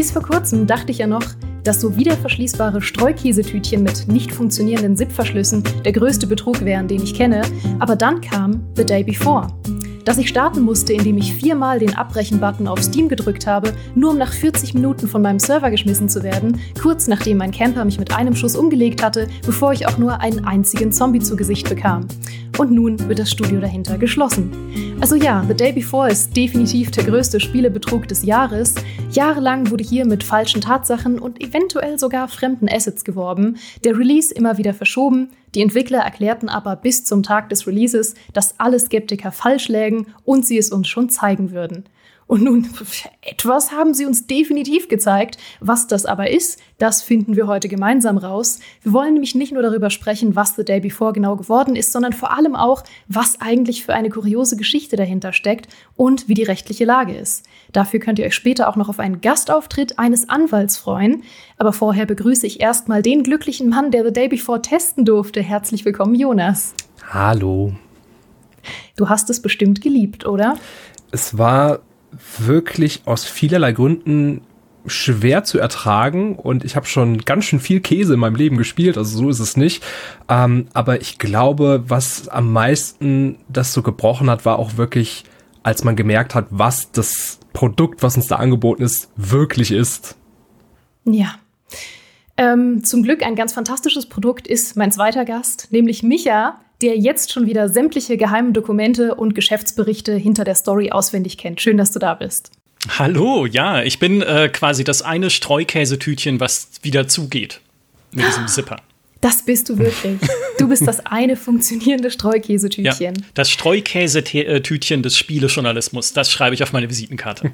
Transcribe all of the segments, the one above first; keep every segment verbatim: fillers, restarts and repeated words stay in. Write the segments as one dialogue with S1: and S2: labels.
S1: Bis vor kurzem dachte ich ja noch, dass so wiederverschließbare Streukäsetütchen mit nicht funktionierenden Zipverschlüssen der größte Betrug wären, den ich kenne. Aber dann kam The Day Before. Dass ich starten musste, indem ich viermal den Abbrechen-Button auf Steam gedrückt habe, nur um nach vierzig Minuten von meinem Server geschmissen zu werden, kurz nachdem mein Camper mich mit einem Schuss umgelegt hatte, bevor ich auch nur einen einzigen Zombie zu Gesicht bekam. Und nun wird das Studio dahinter geschlossen. Also ja, The Day Before ist definitiv der größte Spielebetrug des Jahres. Jahrelang wurde hier mit falschen Tatsachen und eventuell sogar fremden Assets geworben, der Release immer wieder verschoben. Die Entwickler erklärten aber bis zum Tag des Releases, dass alle Skeptiker falsch lägen und sie es uns schon zeigen würden. Und nun, etwas haben sie uns definitiv gezeigt. Was das aber ist, das finden wir heute gemeinsam raus. Wir wollen nämlich nicht nur darüber sprechen, was The Day Before genau geworden ist, sondern vor allem auch, was eigentlich für eine kuriose Geschichte dahinter steckt und wie die rechtliche Lage ist. Dafür könnt ihr euch später auch noch auf einen Gastauftritt eines Anwalts freuen. Aber vorher begrüße ich erstmal den glücklichen Mann, der The Day Before testen durfte. Herzlich willkommen, Jonas.
S2: Hallo.
S1: Du hast es bestimmt geliebt, oder?
S2: Es war wirklich aus vielerlei Gründen schwer zu ertragen und ich habe schon ganz schön viel Käse in meinem Leben gespielt, also so ist es nicht. Ähm, aber ich glaube, was am meisten das so gebrochen hat, war auch wirklich, als man gemerkt hat, was das Produkt, was uns da angeboten ist, wirklich ist.
S1: Ja. Ähm, zum Glück ein ganz fantastisches Produkt ist mein zweiter Gast, nämlich Micha, der jetzt schon wieder sämtliche geheimen Dokumente und Geschäftsberichte hinter der Story auswendig kennt. Schön, dass du da bist.
S3: Hallo, ja, ich bin äh, quasi das eine Streukäsetütchen, was wieder zugeht mit diesem Zipper.
S1: Das bist du wirklich. Du bist das eine funktionierende Streukäsetütchen.
S3: Ja, das Streukäsetütchen des Spielejournalismus, das schreibe ich auf meine Visitenkarte.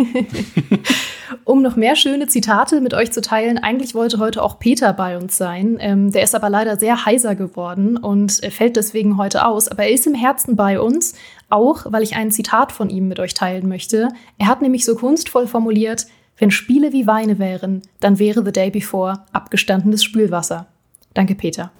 S1: Um noch mehr schöne Zitate mit euch zu teilen, eigentlich wollte heute auch Peter bei uns sein. Ähm, der ist aber leider sehr heiser geworden und fällt deswegen heute aus. Aber er ist im Herzen bei uns, auch weil ich ein Zitat von ihm mit euch teilen möchte. Er hat nämlich so kunstvoll formuliert: Wenn Spiele wie Weine wären, dann wäre The Day Before abgestandenes Spülwasser. Danke, Peter.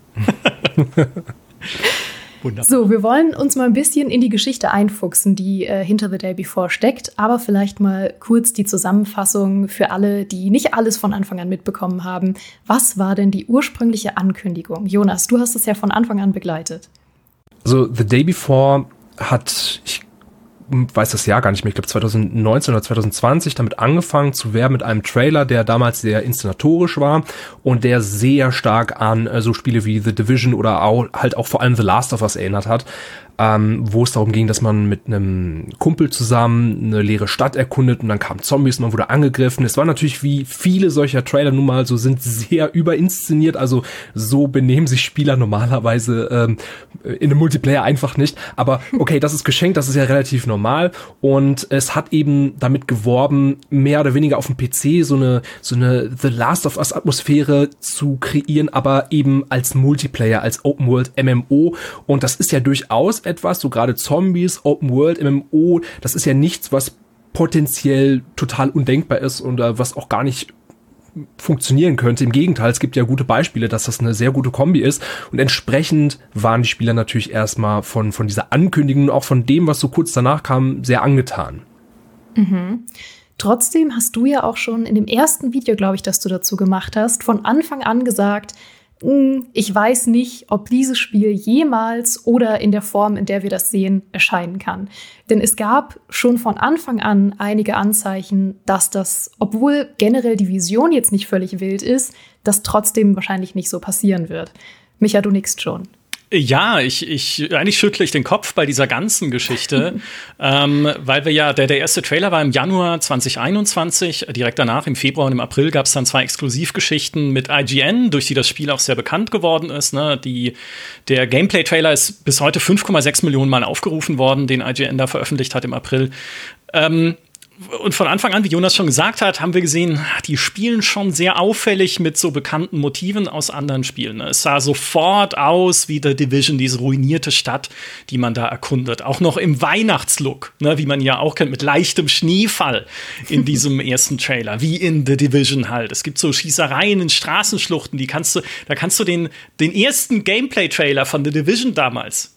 S3: Wunderbar.
S1: So, wir wollen uns mal ein bisschen in die Geschichte einfuchsen, die äh, hinter The Day Before steckt, aber vielleicht mal kurz die Zusammenfassung für alle, die nicht alles von Anfang an mitbekommen haben. Was war denn die ursprüngliche Ankündigung? Jonas, du hast es ja von Anfang an begleitet.
S2: Also The Day Before hat, ich weiß das Jahr gar nicht mehr, ich glaube zwanzig neunzehn oder zwanzig zwanzig damit angefangen zu werben mit einem Trailer, der damals sehr inszenatorisch war und der sehr stark an äh, so Spiele wie The Division oder auch, halt auch vor allem The Last of Us erinnert hat, ähm, wo es darum ging, dass man mit einem Kumpel zusammen eine leere Stadt erkundet und dann kamen Zombies, man wurde angegriffen. Es war natürlich, wie viele solcher Trailer nun mal so sind, sehr überinszeniert, also so benehmen sich Spieler normalerweise ähm, in einem Multiplayer einfach nicht, aber okay, das ist geschenkt, das ist ja relativ normal und es hat eben damit geworben, mehr oder weniger auf dem P C so eine so eine The Last of Us Atmosphäre zu kreieren, aber eben als Multiplayer, als Open World M M O und das ist ja durchaus etwas, so gerade Zombies, Open World M M O, das ist ja nichts, was potenziell total undenkbar ist und uh, was auch gar nicht funktionieren könnte. Im Gegenteil, es gibt ja gute Beispiele, dass das eine sehr gute Kombi ist und entsprechend waren die Spieler natürlich erstmal von, von dieser Ankündigung und auch von dem, was so kurz danach kam, sehr angetan.
S1: Mhm. Trotzdem hast du ja auch schon in dem ersten Video, glaube ich, das du dazu gemacht hast, von Anfang an gesagt, ich weiß nicht, ob dieses Spiel jemals oder in der Form, in der wir das sehen, erscheinen kann. Denn es gab schon von Anfang an einige Anzeichen, dass das, obwohl generell die Vision jetzt nicht völlig wild ist, das trotzdem wahrscheinlich nicht so passieren wird. Micha, du nickst schon.
S3: Ja, ich, ich, eigentlich schüttle ich den Kopf bei dieser ganzen Geschichte, ähm, weil wir ja, der, der erste Trailer war im Januar zwanzig einundzwanzig, direkt danach, im Februar und im April gab es dann zwei Exklusivgeschichten mit I G N, durch die das Spiel auch sehr bekannt geworden ist, ne? Die, der Gameplay-Trailer ist bis heute fünf Komma sechs Millionen Mal aufgerufen worden, den I G N da veröffentlicht hat im April. Ähm, Und von Anfang an, wie Jonas schon gesagt hat, haben wir gesehen, die spielen schon sehr auffällig mit so bekannten Motiven aus anderen Spielen. Es sah sofort aus wie The Division, diese ruinierte Stadt, die man da erkundet. Auch noch im Weihnachtslook, ne, wie man ja auch kennt, mit leichtem Schneefall in diesem ersten Trailer, wie in The Division halt. Es gibt so Schießereien in Straßenschluchten, die kannst du, da kannst du den, den ersten Gameplay-Trailer von The Division damals,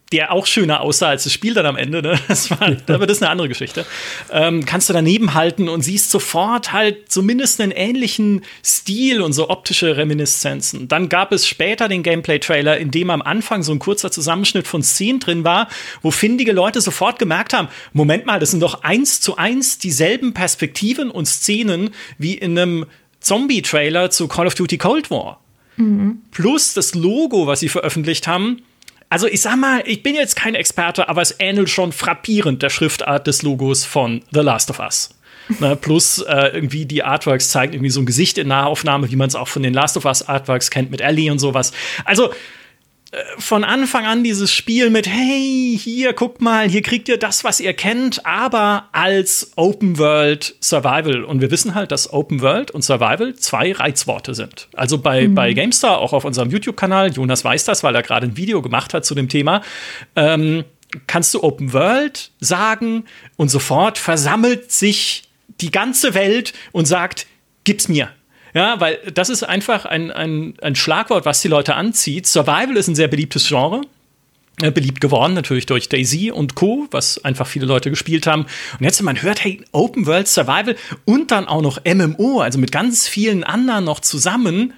S3: der auch schöner aussah als das Spiel dann am Ende, ne? Das war, aber das ist eine andere Geschichte. Ähm, kannst du daneben halten und siehst sofort halt zumindest einen ähnlichen Stil und so optische Reminiszenzen. Dann gab es später den Gameplay-Trailer, in dem am Anfang so ein kurzer Zusammenschnitt von Szenen drin war, wo findige Leute sofort gemerkt haben, Moment mal, das sind doch eins zu eins dieselben Perspektiven und Szenen wie in einem Zombie-Trailer zu Call of Duty Cold War. Mhm. Plus das Logo, was sie veröffentlicht haben. Also ich sag mal, ich bin jetzt kein Experte, aber es ähnelt schon frappierend der Schriftart des Logos von The Last of Us. Ne, plus äh, irgendwie die Artworks zeigen irgendwie so ein Gesicht in Nahaufnahme, wie man es auch von den Last of Us Artworks kennt mit Ellie und sowas. Also äh, von Anfang an dieses Spiel mit hey, hier, guckt mal, hier kriegt ihr das, was ihr kennt, aber als Open World Survival. Und wir wissen halt, dass Open World und Survival zwei Reizworte sind. Also bei, mhm. bei GameStar, auch auf unserem YouTube-Kanal, Jonas weiß das, weil er gerade ein Video gemacht hat zu dem Thema, ähm, kannst du Open World sagen und sofort versammelt sich die ganze Welt und sagt, gib's mir. Ja, weil das ist einfach ein, ein, ein Schlagwort, was die Leute anzieht. Survival ist ein sehr beliebtes Genre. Äh, beliebt geworden natürlich durch DayZ und Co., was einfach viele Leute gespielt haben. Und jetzt, wenn man hört, hey, Open World Survival und dann auch noch M M O, also mit ganz vielen anderen noch zusammen.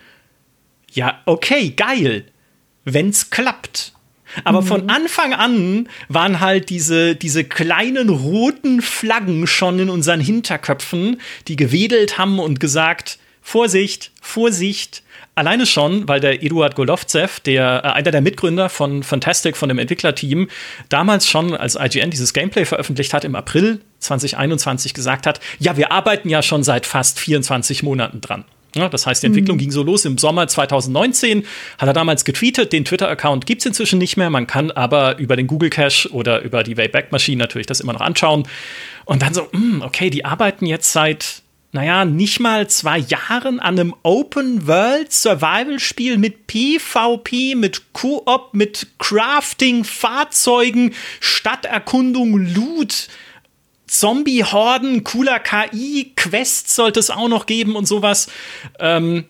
S3: Ja, okay, geil. Wenn's klappt. Aber mhm. von Anfang an waren halt diese, diese kleinen roten Flaggen schon in unseren Hinterköpfen, die gewedelt haben und gesagt, Vorsicht, Vorsicht. Alleine schon, weil der Eduard Golovtsev, der äh, einer der Mitgründer von Fantastic, von dem Entwicklerteam, damals schon, als I G N dieses Gameplay veröffentlicht hat, im April zwanzig einundzwanzig gesagt hat, ja, wir arbeiten ja schon seit fast vierundzwanzig Monaten dran. Ja, das heißt, die Entwicklung mhm. ging so los im Sommer zwanzig neunzehn, hat er damals getweetet, den Twitter-Account gibt's inzwischen nicht mehr, man kann aber über den Google Cache oder über die Wayback-Maschine natürlich das immer noch anschauen. Und dann so, mh, okay, die arbeiten jetzt seit, naja, nicht mal zwei Jahren an einem Open-World-Survival-Spiel mit PvP, mit Koop, mit Crafting, Fahrzeugen, Stadterkundung, Loot, Zombie-Horden, cooler K I, Quests sollte es auch noch geben und sowas. Ähm,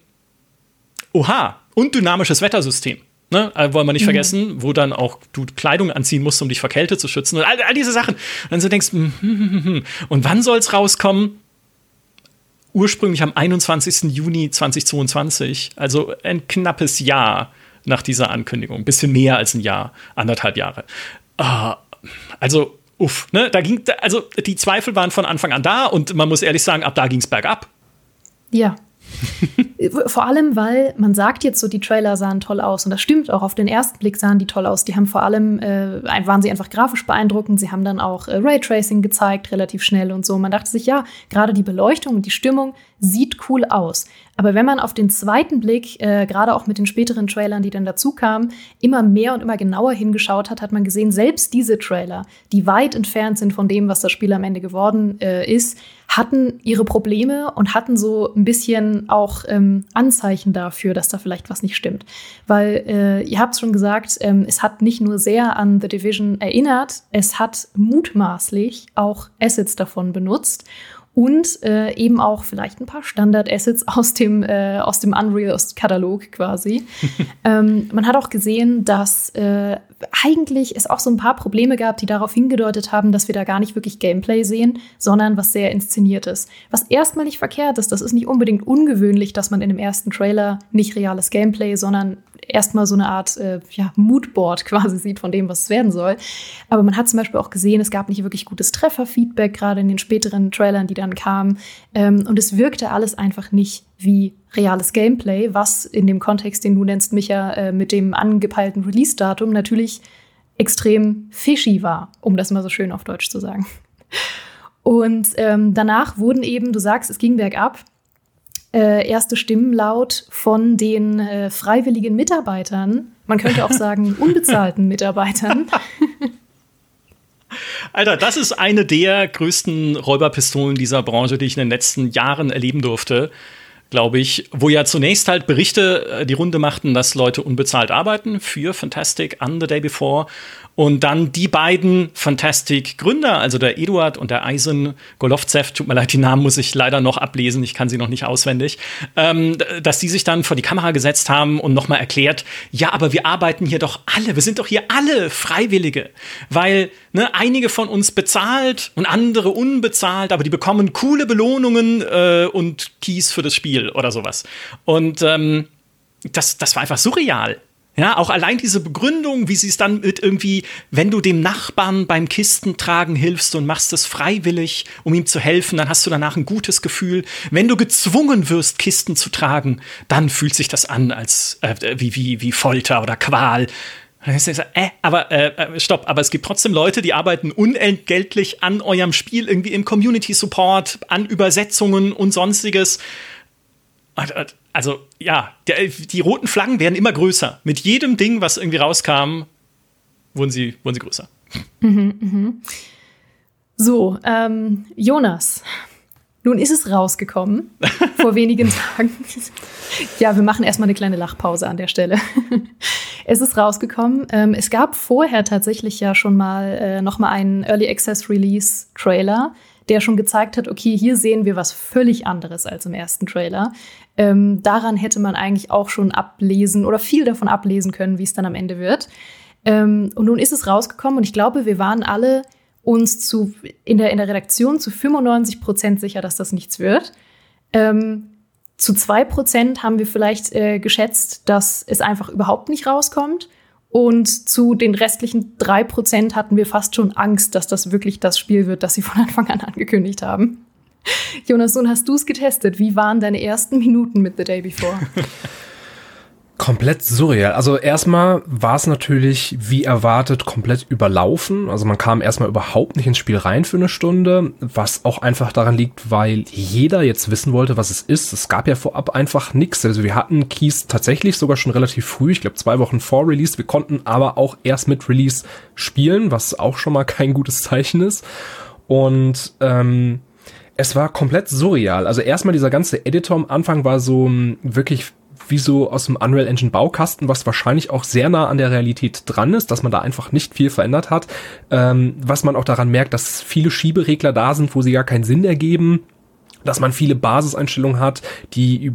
S3: oha, und dynamisches Wettersystem. Ne? Also wollen wir nicht mhm. vergessen, wo dann auch du Kleidung anziehen musst, um dich vor Kälte zu schützen und all, all diese Sachen. Und dann so denkst, hm, hm, hm, hm. Und wann soll's rauskommen? Ursprünglich am einundzwanzigsten Juni zweitausendzweiundzwanzig, also ein knappes Jahr nach dieser Ankündigung. Ein bisschen mehr als ein Jahr, anderthalb Jahre. Uh, also Uff, ne, da ging, also die Zweifel waren von Anfang an da und man muss ehrlich sagen, ab da ging's bergab.
S1: Ja. Vor allem, weil man sagt jetzt so, die Trailer sahen toll aus und das stimmt auch, auf den ersten Blick sahen die toll aus. Die haben vor allem, äh, waren sie einfach grafisch beeindruckend, sie haben dann auch äh, Raytracing gezeigt, relativ schnell und so. Man dachte sich, ja, gerade die Beleuchtung und die Stimmung sieht cool aus. Aber wenn man auf den zweiten Blick, äh, gerade auch mit den späteren Trailern, die dann dazu kamen, immer mehr und immer genauer hingeschaut hat, hat man gesehen, selbst diese Trailer, die weit entfernt sind von dem, was das Spiel am Ende geworden äh, ist, hatten ihre Probleme und hatten so ein bisschen auch ähm, Anzeichen dafür, dass da vielleicht was nicht stimmt. Weil, äh, ihr habt es schon gesagt, ähm, es hat nicht nur sehr an The Division erinnert, es hat mutmaßlich auch Assets davon benutzt. Und äh, eben auch vielleicht ein paar Standard-Assets aus dem, äh, aus dem Unreal-Katalog quasi. ähm, man hat auch gesehen, dass äh, eigentlich es auch so ein paar Probleme gab, die darauf hingedeutet haben, dass wir da gar nicht wirklich Gameplay sehen, sondern was sehr Inszeniertes. Was erstmal nicht verkehrt ist, das ist nicht unbedingt ungewöhnlich, dass man in dem ersten Trailer nicht reales Gameplay, sondern erstmal so eine Art äh, ja, Moodboard quasi sieht von dem, was es werden soll. Aber man hat zum Beispiel auch gesehen, es gab nicht wirklich gutes Trefferfeedback, gerade in den späteren Trailern, die dann kamen. Ähm, und es wirkte alles einfach nicht wie reales Gameplay, was in dem Kontext, den du nennst, Micha, äh, mit dem angepeilten Release-Datum natürlich extrem fishy war, um das mal so schön auf Deutsch zu sagen. Und ähm, danach wurden eben, du sagst, es ging bergab, Äh, erste Stimmen laut von den äh, freiwilligen Mitarbeitern, man könnte auch sagen unbezahlten Mitarbeitern.
S3: Alter, das ist eine der größten Räuberpistolen dieser Branche, die ich in den letzten Jahren erleben durfte. glaube ich, wo ja zunächst halt Berichte die Runde machten, dass Leute unbezahlt arbeiten für Fantastic an The Day Before. Und dann die beiden Fantastic-Gründer, also der Eduard und der Eisen Golovtsev, tut mir leid, die Namen muss ich leider noch ablesen, ich kann sie noch nicht auswendig, ähm, dass die sich dann vor die Kamera gesetzt haben und noch mal erklärt, ja, aber wir arbeiten hier doch alle, wir sind doch hier alle Freiwillige, weil ne, einige von uns bezahlt und andere unbezahlt, aber die bekommen coole Belohnungen äh, und Keys für das Spiel oder sowas. Und ähm, das, das war einfach surreal. Ja, auch allein diese Begründung, wie sie es dann mit irgendwie, wenn du dem Nachbarn beim Kistentragen hilfst und machst es freiwillig, um ihm zu helfen, dann hast du danach ein gutes Gefühl. Wenn du gezwungen wirst, Kisten zu tragen, dann fühlt sich das an als äh, wie, wie, wie Folter oder Qual. Äh, aber äh, stopp, aber es gibt trotzdem Leute, die arbeiten unentgeltlich an eurem Spiel, irgendwie im Community Support, an Übersetzungen und sonstiges. Also, ja, der, die roten Flaggen werden immer größer. Mit jedem Ding, was irgendwie rauskam, wurden sie, wurden sie größer.
S1: Mhm, mhm. So, ähm, Jonas, nun ist es rausgekommen, vor wenigen Tagen. Ja, wir machen erstmal eine kleine Lachpause an der Stelle. Es ist rausgekommen. Ähm, es gab vorher tatsächlich ja schon mal äh, noch mal einen Early Access Release Trailer, der schon gezeigt hat, okay, hier sehen wir was völlig anderes als im ersten Trailer. Ähm, daran hätte man eigentlich auch schon ablesen oder viel davon ablesen können, wie es dann am Ende wird. Ähm, und nun ist es rausgekommen und ich glaube, wir waren alle uns zu, in, der, in der Redaktion zu fünfundneunzig Prozent sicher, dass das nichts wird. Ähm, zu zwei Prozent haben wir vielleicht äh, geschätzt, dass es einfach überhaupt nicht rauskommt. Und zu den restlichen drei Prozent hatten wir fast schon Angst, dass das wirklich das Spiel wird, das sie von Anfang an angekündigt haben. Jonas, nun hast du es getestet. Wie waren deine ersten Minuten mit The Day Before?
S2: Komplett surreal. Also erstmal war es natürlich, wie erwartet, komplett überlaufen. Also man kam erstmal überhaupt nicht ins Spiel rein für eine Stunde, was auch einfach daran liegt, weil jeder jetzt wissen wollte, was es ist. Es gab ja vorab einfach nichts. Also wir hatten Keys tatsächlich sogar schon relativ früh, ich glaube zwei Wochen vor Release. Wir konnten aber auch erst mit Release spielen, was auch schon mal kein gutes Zeichen ist. Und ähm, es war komplett surreal. Also erstmal dieser ganze Editor am Anfang war so wirklich wie so aus dem Unreal Engine Baukasten, was wahrscheinlich auch sehr nah an der Realität dran ist, dass man da einfach nicht viel verändert hat. Ähm, was man auch daran merkt, dass viele Schieberegler da sind, wo sie gar keinen Sinn ergeben, dass man viele Basiseinstellungen hat, die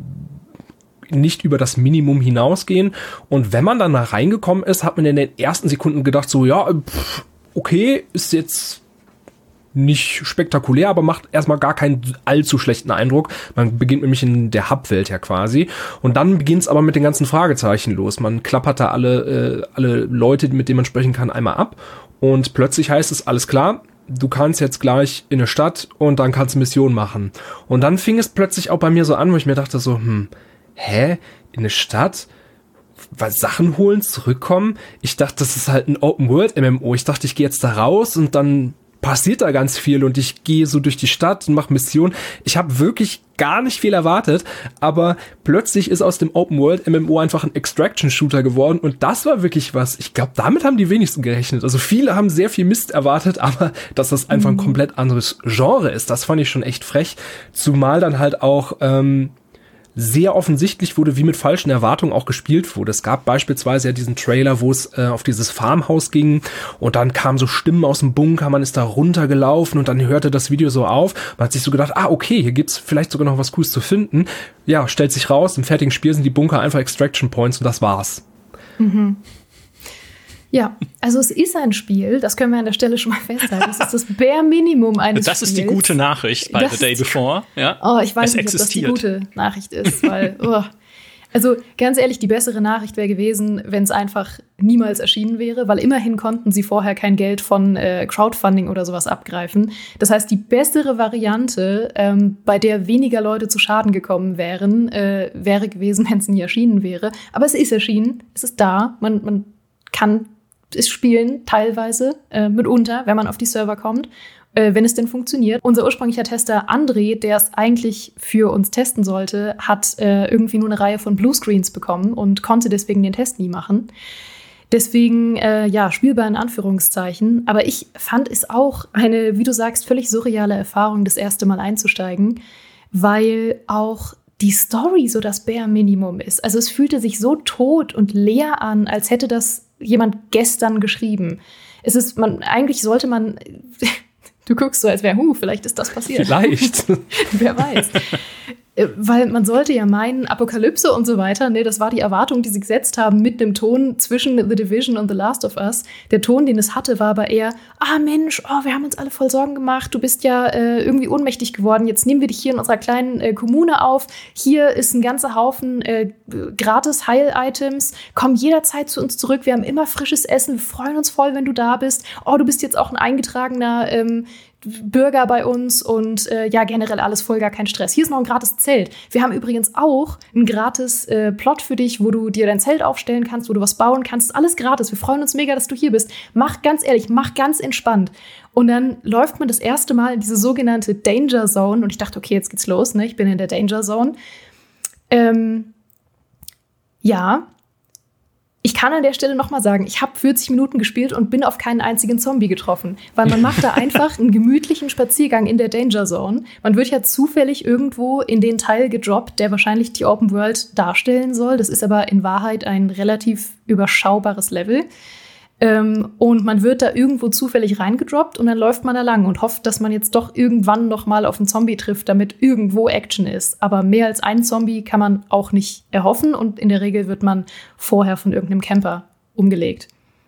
S2: nicht über das Minimum hinausgehen. Und wenn man dann da reingekommen ist, hat man in den ersten Sekunden gedacht, so ja, pff, okay, ist jetzt nicht spektakulär, aber macht erstmal gar keinen allzu schlechten Eindruck. Man beginnt nämlich in der Hub-Welt ja quasi. Und dann beginnt es aber mit den ganzen Fragezeichen los. Man klappert da alle, äh, alle Leute, mit denen man sprechen kann, einmal ab. Und plötzlich heißt es, alles klar, du kannst jetzt gleich in eine Stadt und dann kannst du Missionen machen. Und dann fing es plötzlich auch bei mir so an, wo ich mir dachte so, hm, hä? In eine Stadt? Was, Sachen holen, zurückkommen? Ich dachte, das ist halt ein Open-World-M M O. Ich dachte, ich gehe jetzt da raus und dann passiert da ganz viel und ich gehe so durch die Stadt und mache Missionen. Ich habe wirklich gar nicht viel erwartet, aber plötzlich ist aus dem Open-World-M M O einfach ein Extraction-Shooter geworden und das war wirklich was. Ich glaube, damit haben die wenigsten gerechnet. Also viele haben sehr viel Mist erwartet, aber dass das einfach ein komplett anderes Genre ist, das fand ich schon echt frech. Zumal dann halt auch ähm, sehr offensichtlich wurde, wie mit falschen Erwartungen auch gespielt wurde. Es gab beispielsweise ja diesen Trailer, wo es äh, auf dieses Farmhaus ging und dann kamen so Stimmen aus dem Bunker, man ist da runtergelaufen und dann hörte das Video so auf. Man hat sich so gedacht, ah, okay, hier gibt's vielleicht sogar noch was Cooles zu finden. Ja, stellt sich raus, im fertigen Spiel sind die Bunker einfach Extraction Points und das war's.
S1: Mhm. Ja, also es ist ein Spiel, das können wir an der Stelle schon mal festhalten. Das ist das Bare Minimum eines
S3: Das ist
S1: Spiels.
S3: die gute Nachricht bei
S1: das
S3: The Day Before. Ja?
S1: Oh, ich weiß
S3: es
S1: nicht,
S3: existiert.
S1: ob das die gute Nachricht ist, weil, oh. Also ganz ehrlich, die bessere Nachricht wäre gewesen, wenn es einfach niemals erschienen wäre, weil immerhin konnten sie vorher kein Geld von äh, Crowdfunding oder sowas abgreifen. Das heißt, die bessere Variante, ähm, bei der weniger Leute zu Schaden gekommen wären, äh, wäre gewesen, wenn es nie erschienen wäre. Aber es ist erschienen, es ist da, man, man kann es spielen, teilweise, äh, mitunter, wenn man auf die Server kommt, äh, wenn es denn funktioniert. Unser ursprünglicher Tester André, der es eigentlich für uns testen sollte, hat äh, irgendwie nur eine Reihe von Bluescreens bekommen und konnte deswegen den Test nie machen. Deswegen, äh, ja, spielbar in Anführungszeichen. Aber ich fand es auch eine, wie du sagst, völlig surreale Erfahrung, das erste Mal einzusteigen, weil auch die Story so das Bare Minimum ist. Also es fühlte sich so tot und leer an, als hätte das jemand gestern geschrieben. Es ist, man, eigentlich sollte man, du guckst so, als wäre, huh, vielleicht ist das passiert.
S2: Vielleicht.
S1: Wer weiß. Weil man sollte ja meinen, Apokalypse und so weiter, ne, das war die Erwartung, die sie gesetzt haben mit dem Ton zwischen The Division und The Last of Us. Der Ton, den es hatte, war aber eher, ah Mensch, oh, wir haben uns alle voll Sorgen gemacht, du bist ja äh, irgendwie ohnmächtig geworden, jetzt nehmen wir dich hier in unserer kleinen äh, Kommune auf, hier ist ein ganzer Haufen äh, gratis Heil-Items, komm jederzeit zu uns zurück, wir haben immer frisches Essen, wir freuen uns voll, wenn du da bist, oh, du bist jetzt auch ein eingetragener ähm, Bürger bei uns und äh, ja, generell alles voll, gar kein Stress. Hier ist noch ein gratis Zelt. Wir haben übrigens auch einen gratis äh, Plot für dich, wo du dir dein Zelt aufstellen kannst, wo du was bauen kannst. Ist alles gratis. Wir freuen uns mega, dass du hier bist. Mach ganz ehrlich, mach ganz entspannt. Und dann läuft man das erste Mal in diese sogenannte Danger Zone und ich dachte, okay, jetzt geht's los, ne? Ich bin in der Danger Zone. Ähm, ja, ich kann an der Stelle noch mal sagen, ich habe vierzig Minuten gespielt und bin auf keinen einzigen Zombie getroffen. Weil man macht da einfach einen gemütlichen Spaziergang in der Danger Zone. Man wird ja zufällig irgendwo in den Teil gedroppt, der wahrscheinlich die Open World darstellen soll. Das ist aber in Wahrheit ein relativ überschaubares Level. Ähm, und man wird da irgendwo zufällig reingedroppt und dann läuft man da lang und hofft, dass man jetzt doch irgendwann noch mal auf einen Zombie trifft, damit irgendwo Action ist. Aber mehr als einen Zombie kann man auch nicht erhoffen und in der Regel wird man vorher von irgendeinem Camper umgelegt.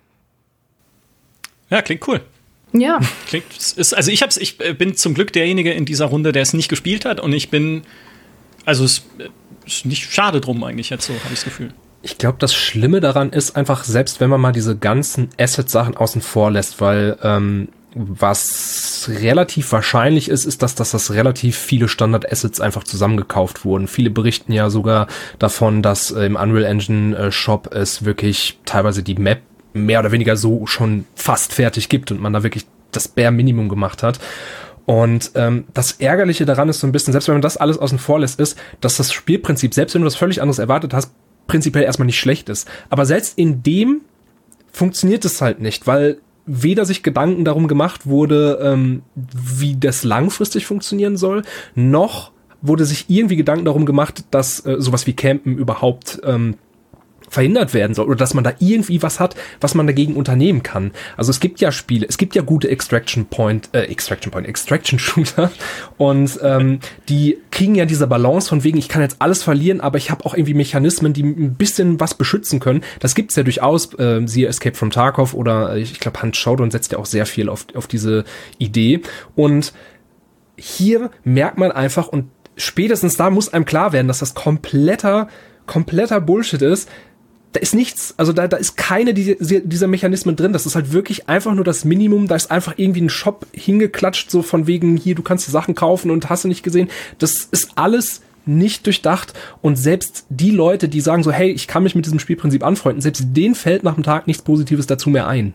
S3: Ja, klingt cool.
S1: Ja.
S3: Klingt, ist, also ich hab's, ich bin zum Glück derjenige in dieser Runde, der es nicht gespielt hat und ich bin, also es ist nicht schade drum eigentlich jetzt so, habe ich das Gefühl.
S2: Ich glaube, das Schlimme daran ist einfach, selbst wenn man mal diese ganzen Asset-Sachen außen vor lässt, weil ähm, was relativ wahrscheinlich ist, ist, dass, dass das relativ viele Standard-Assets einfach zusammengekauft wurden. Viele berichten ja sogar davon, dass äh, im Unreal Engine äh, Shop es wirklich teilweise die Map mehr oder weniger so schon fast fertig gibt und man da wirklich das Bare Minimum gemacht hat. Und ähm, das Ärgerliche daran ist so ein bisschen, selbst wenn man das alles außen vor lässt, ist, dass das Spielprinzip, selbst wenn du was völlig anderes erwartet hast, prinzipiell erstmal nicht schlecht ist. Aber selbst in dem funktioniert es halt nicht, weil weder sich Gedanken darum gemacht wurde, ähm, wie das langfristig funktionieren soll, noch wurde sich irgendwie Gedanken darum gemacht, dass äh, sowas wie Campen überhaupt ähm, verhindert werden soll oder dass man da irgendwie was hat, was man dagegen unternehmen kann. Also es gibt ja Spiele, es gibt ja gute Extraction Point, äh, Extraction Point, Extraction Shooter und ähm, die kriegen ja diese Balance von wegen, ich kann jetzt alles verlieren, aber ich habe auch irgendwie Mechanismen, die ein bisschen was beschützen können. Das gibt's ja durchaus, äh, siehe Escape from Tarkov oder ich glaube Hunt Showdown setzt ja auch sehr viel auf, auf diese Idee und hier merkt man einfach und spätestens da muss einem klar werden, dass das kompletter, kompletter Bullshit ist. Da ist nichts, also da, da ist keine dieser, dieser Mechanismen drin. Das ist halt wirklich einfach nur das Minimum. Da ist einfach irgendwie ein Shop hingeklatscht, so von wegen, hier, du kannst die Sachen kaufen und hast du nicht gesehen. Das ist alles nicht durchdacht. Und selbst die Leute, die sagen so, hey, ich kann mich mit diesem Spielprinzip anfreunden, selbst denen fällt nach dem Tag nichts Positives dazu mehr ein.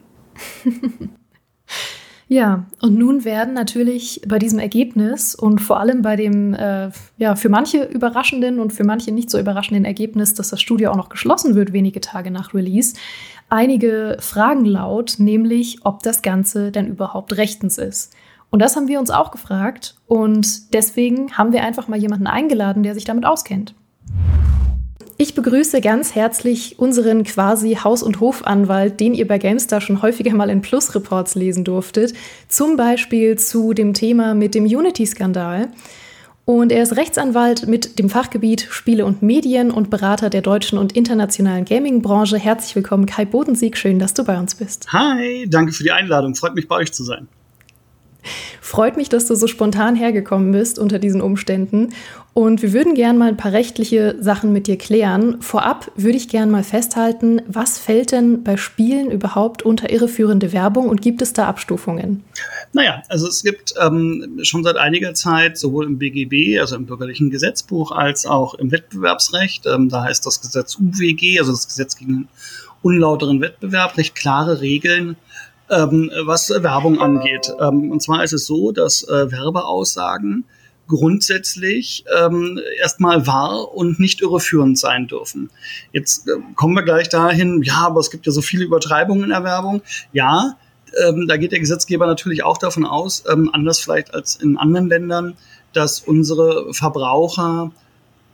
S1: Ja, und nun werden natürlich bei diesem Ergebnis und vor allem bei dem, äh, ja, für manche überraschenden und für manche nicht so überraschenden Ergebnis, dass das Studio auch noch geschlossen wird, wenige Tage nach Release, einige Fragen laut, nämlich, ob das Ganze denn überhaupt rechtens ist. Und das haben wir uns auch gefragt und deswegen haben wir einfach mal jemanden eingeladen, der sich damit auskennt. Ich begrüße ganz herzlich unseren quasi Haus- und Hofanwalt, den ihr bei GameStar schon häufiger mal in Plus-Reports lesen durftet. Zum Beispiel zu dem Thema mit dem Unity-Skandal. Und er ist Rechtsanwalt mit dem Fachgebiet Spiele und Medien und Berater der deutschen und internationalen Gaming-Branche. Herzlich willkommen, Kai Bodensiek. Schön, dass du bei uns bist.
S4: Hi, danke für die Einladung. Freut mich, bei euch zu sein.
S1: Freut mich, dass du so spontan hergekommen bist unter diesen Umständen. Und wir würden gerne mal ein paar rechtliche Sachen mit dir klären. Vorab würde ich gerne mal festhalten, was fällt denn bei Spielen überhaupt unter irreführende Werbung und gibt es da Abstufungen?
S4: Naja, also es gibt ähm, schon seit einiger Zeit sowohl im B G B, also im bürgerlichen Gesetzbuch, als auch im Wettbewerbsrecht, ähm, da heißt das Gesetz U W G, also das Gesetz gegen unlauteren Wettbewerb, recht klare Regeln, ähm, was Werbung angeht. Ähm, und zwar ist es so, dass äh, Werbeaussagen grundsätzlich ähm, erstmal wahr und nicht irreführend sein dürfen. Jetzt äh, kommen wir gleich dahin, ja, aber es gibt ja so viele Übertreibungen in der Werbung. Ja, ähm, da geht der Gesetzgeber natürlich auch davon aus, ähm, anders vielleicht als in anderen Ländern, dass unsere Verbraucher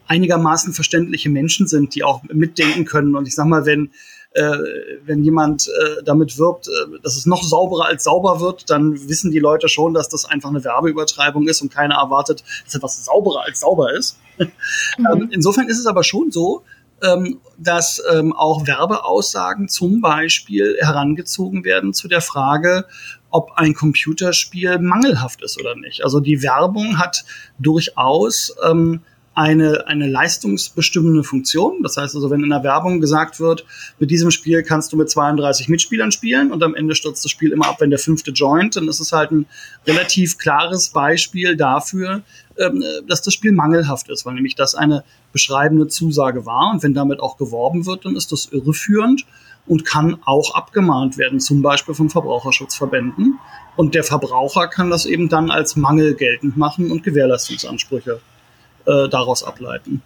S4: einigermaßen verständliche Menschen sind, die auch mitdenken können. Und ich sag mal, wenn äh, wenn jemand äh, damit wirbt, äh, dass es noch sauberer als sauber wird, dann wissen die Leute schon, dass das einfach eine Werbeübertreibung ist und keiner erwartet, dass etwas sauberer als sauber ist. Mhm. Ähm, insofern ist es aber schon so, ähm, dass ähm, auch Werbeaussagen zum Beispiel herangezogen werden zu der Frage, ob ein Computerspiel mangelhaft ist oder nicht. Also die Werbung hat durchaus ähm, eine, eine leistungsbestimmende Funktion. Das heißt also, wenn in der Werbung gesagt wird, mit diesem Spiel kannst du mit zweiunddreißig Mitspielern spielen und am Ende stürzt das Spiel immer ab, wenn der fünfte joint, dann ist es halt ein relativ klares Beispiel dafür, ähm, dass das Spiel mangelhaft ist, weil nämlich das eine beschreibende Zusage war. Und wenn damit auch geworben wird, dann ist das irreführend und kann auch abgemahnt werden, zum Beispiel von Verbraucherschutzverbänden. Und der Verbraucher kann das eben dann als Mangel geltend machen und Gewährleistungsansprüche äh, daraus ableiten.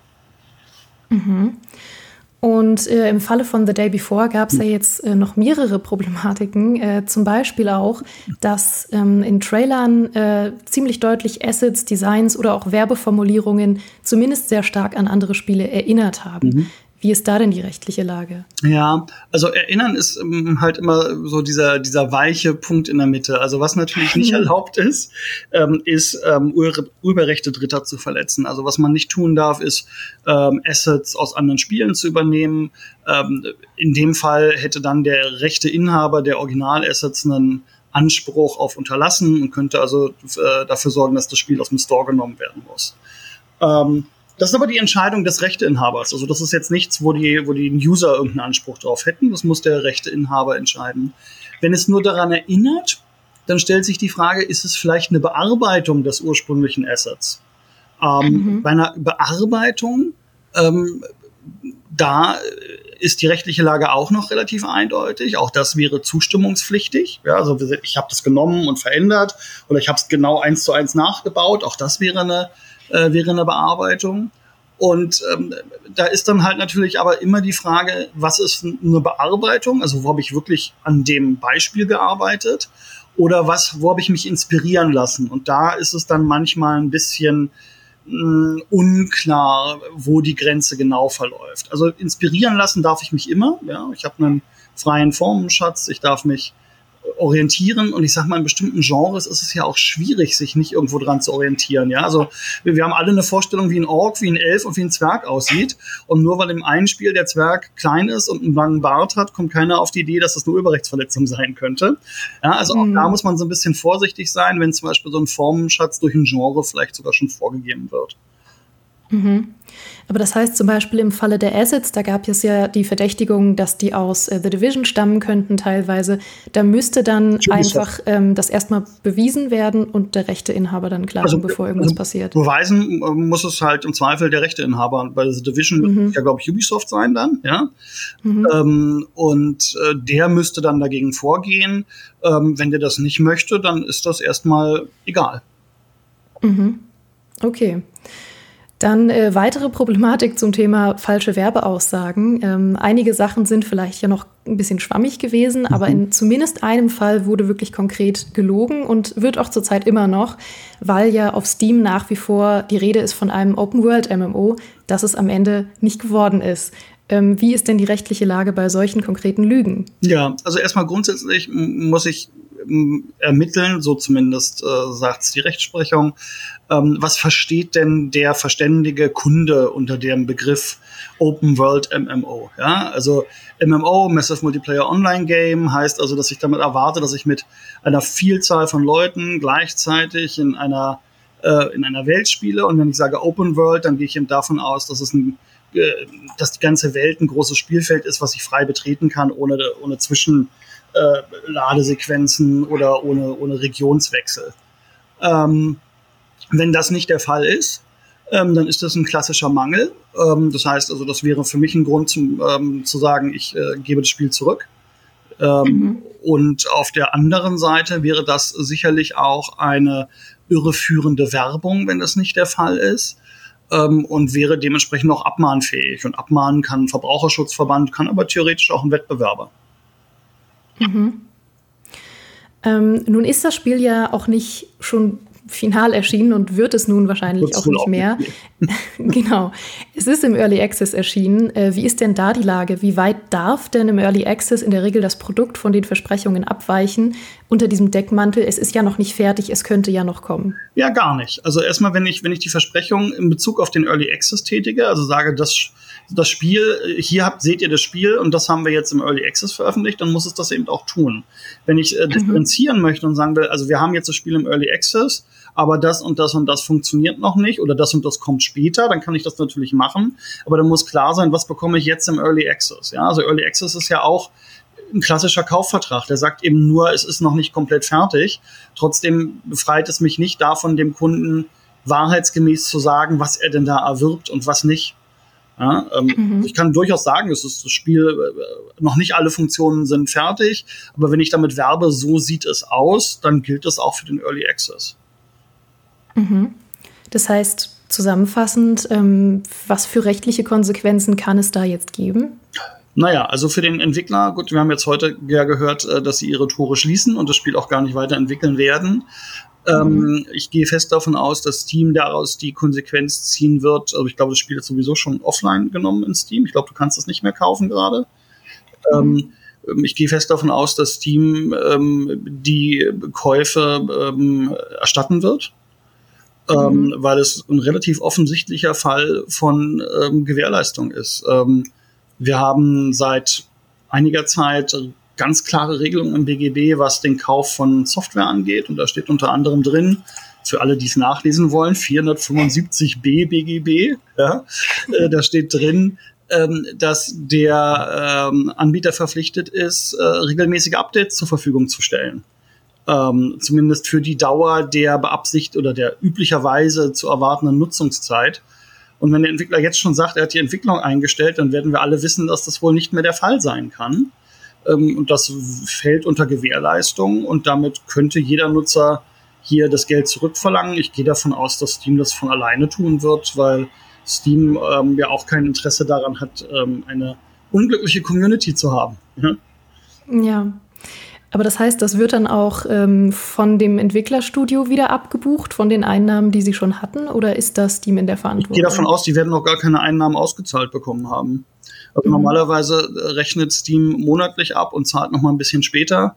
S1: Mhm. Und äh, im Falle von The Day Before gab es ja jetzt äh, noch mehrere Problematiken. Äh, zum Beispiel auch, dass ähm, in Trailern äh, ziemlich deutlich Assets, Designs oder auch Werbeformulierungen zumindest sehr stark an andere Spiele erinnert haben. Mhm. Wie ist da denn die rechtliche Lage?
S4: Ja, also erinnern ist ähm, halt immer so dieser dieser weiche Punkt in der Mitte. Also was natürlich nicht erlaubt ist, ähm, ist ähm, Ur- Urheberrechte Dritter zu verletzen. Also was man nicht tun darf, ist ähm, Assets aus anderen Spielen zu übernehmen. Ähm, in dem Fall hätte dann der Rechteinhaber der Originalassets einen Anspruch auf Unterlassen und könnte also äh, dafür sorgen, dass das Spiel aus dem Store genommen werden muss. Ähm, Das ist aber die Entscheidung des Rechteinhabers. Also das ist jetzt nichts, wo die, wo die User irgendeinen Anspruch drauf hätten. Das muss der Rechteinhaber entscheiden. Wenn es nur daran erinnert, dann stellt sich die Frage, ist es vielleicht eine Bearbeitung des ursprünglichen Assets? Ähm, mhm. Bei einer Bearbeitung, ähm, da ist die rechtliche Lage auch noch relativ eindeutig. Auch das wäre zustimmungspflichtig. Ja, also ich habe das genommen und verändert oder ich habe es genau eins zu eins nachgebaut. Auch das wäre eine Äh, wäre eine Bearbeitung. Und ähm, da ist dann halt natürlich aber immer die Frage, was ist eine Bearbeitung? Also wo habe ich wirklich an dem Beispiel gearbeitet? Oder was, wo habe ich mich inspirieren lassen? Und da ist es dann manchmal ein bisschen mh, unklar, wo die Grenze genau verläuft. Also inspirieren lassen darf ich mich immer. Ja? Ich habe einen freien Formenschatz, ich darf mich orientieren und ich sag mal, in bestimmten Genres ist es ja auch schwierig, sich nicht irgendwo dran zu orientieren. Ja, also wir, wir haben alle eine Vorstellung, wie ein Ork, wie ein Elf und wie ein Zwerg aussieht. Und nur weil im einen Spiel der Zwerg klein ist und einen langen Bart hat, kommt keiner auf die Idee, dass das eine Urheberrechtsverletzung sein könnte. Ja, also auch mhm. da muss man so ein bisschen vorsichtig sein, wenn zum Beispiel so ein Formenschatz durch ein Genre vielleicht sogar schon vorgegeben wird.
S1: Mhm. Aber das heißt zum Beispiel im Falle der Assets, da gab es ja die Verdächtigung, dass die aus äh, The Division stammen könnten teilweise. Da müsste dann einfach ähm, das erstmal bewiesen werden und der Rechteinhaber dann klagen, also, bevor irgendwas also passiert.
S4: Beweisen äh, muss es halt im Zweifel der Rechteinhaber. Bei The Division mhm. wird ja, glaube ich, Ubisoft sein dann. Ja? Mhm. Ähm, und äh, der müsste dann dagegen vorgehen. Ähm, wenn der das nicht möchte, dann ist das erstmal egal.
S1: Mhm. Okay. Dann äh, weitere Problematik zum Thema falsche Werbeaussagen. Ähm, einige Sachen sind vielleicht ja noch ein bisschen schwammig gewesen, mhm. aber in zumindest einem Fall wurde wirklich konkret gelogen und wird auch zurzeit immer noch, weil ja auf Steam nach wie vor die Rede ist von einem Open-World-M M O, das es am Ende nicht geworden ist. Ähm, wie ist denn die rechtliche Lage bei solchen konkreten Lügen?
S4: Ja, also erstmal grundsätzlich m- muss ich m- ermitteln, so zumindest äh, sagt es die Rechtsprechung. Ähm, was versteht denn der verständige Kunde unter dem Begriff Open World M M O? Ja, also M M O, Massive Multiplayer Online Game, heißt also, dass ich damit erwarte, dass ich mit einer Vielzahl von Leuten gleichzeitig in einer äh, in einer Welt spiele. Und wenn ich sage Open World, dann gehe ich eben davon aus, dass es ein dass die ganze Welt ein großes Spielfeld ist, was ich frei betreten kann, ohne, ohne Zwischenladesequenzen äh, oder ohne, ohne Regionswechsel. Ähm, wenn das nicht der Fall ist, ähm, dann ist das ein klassischer Mangel. Ähm, das heißt also, das wäre für mich ein Grund zum, ähm, zu sagen, ich äh, gebe das Spiel zurück. Ähm, mhm. Und auf der anderen Seite wäre das sicherlich auch eine irreführende Werbung, wenn das nicht der Fall ist. Und wäre dementsprechend auch abmahnfähig. Und abmahnen kann ein Verbraucherschutzverband, kann aber theoretisch auch ein Wettbewerber.
S1: Mhm. Ähm, nun ist das Spiel ja auch nicht schon final erschienen und wird es nun wahrscheinlich auch nicht mehr. Genau. Es ist im Early Access erschienen. Äh, wie ist denn da die Lage? Wie weit darf denn im Early Access in der Regel das Produkt von den Versprechungen abweichen unter diesem Deckmantel? Es ist ja noch nicht fertig, es könnte ja noch kommen.
S4: Ja, gar nicht. Also erstmal, wenn ich, wenn ich die Versprechungen in Bezug auf den Early Access tätige, also sage, das, das Spiel, hier habt, seht ihr das Spiel und das haben wir jetzt im Early Access veröffentlicht, dann muss es das eben auch tun. Wenn ich äh, differenzieren mhm. möchte und sagen will, also wir haben jetzt das Spiel im Early Access, aber das und das und das funktioniert noch nicht oder das und das kommt später, dann kann ich das natürlich machen. Aber dann muss klar sein, was bekomme ich jetzt im Early Access. Ja, also Early Access ist ja auch ein klassischer Kaufvertrag. Der sagt eben nur, es ist noch nicht komplett fertig. Trotzdem befreit es mich nicht davon, dem Kunden wahrheitsgemäß zu sagen, was er denn da erwirbt und was nicht. Ja, ähm, mhm. Ich kann durchaus sagen, es ist das Spiel, äh, noch nicht alle Funktionen sind fertig, aber wenn ich damit werbe, so sieht es aus, dann gilt das auch für den Early Access.
S1: Mhm. Das heißt, zusammenfassend, ähm, was für rechtliche Konsequenzen kann es da jetzt geben?
S4: Naja, also für den Entwickler, gut, wir haben jetzt heute ja gehört, dass sie ihre Tore schließen und das Spiel auch gar nicht weiterentwickeln werden. Mhm. Ähm, ich gehe fest davon aus, dass Steam daraus die Konsequenz ziehen wird. Also ich glaube, das Spiel ist sowieso schon offline genommen in Steam. Ich glaube, du kannst es nicht mehr kaufen gerade. Mhm. Ähm, ich gehe fest davon aus, dass Steam ähm, die Käufe ähm, erstatten wird. Mhm. Ähm, weil es ein relativ offensichtlicher Fall von ähm, Gewährleistung ist. Ähm, wir haben seit einiger Zeit ganz klare Regelungen im B G B, was den Kauf von Software angeht. Und da steht unter anderem drin, für alle, die es nachlesen wollen, vierhundertfünfundsiebzig b B G B. Ja, äh, da steht drin, ähm, dass der ähm, Anbieter verpflichtet ist, äh, regelmäßige Updates zur Verfügung zu stellen. Ähm, zumindest für die Dauer der Beabsicht oder der üblicherweise zu erwartenden Nutzungszeit. Und wenn der Entwickler jetzt schon sagt, er hat die Entwicklung eingestellt, dann werden wir alle wissen, dass das wohl nicht mehr der Fall sein kann. Ähm, und das fällt unter Gewährleistung und damit könnte jeder Nutzer hier das Geld zurückverlangen. Ich gehe davon aus, dass Steam das von alleine tun wird, weil Steam ähm, ja auch kein Interesse daran hat, ähm, eine unglückliche Community zu haben. Ja.
S1: Ja. Aber das heißt, das wird dann auch ähm, von dem Entwicklerstudio wieder abgebucht, von den Einnahmen, die sie schon hatten? Oder ist das Steam in der Verantwortung?
S4: Ich gehe davon aus, die werden noch gar keine Einnahmen ausgezahlt bekommen haben. Also mhm. normalerweise rechnet Steam monatlich ab und zahlt noch mal ein bisschen später.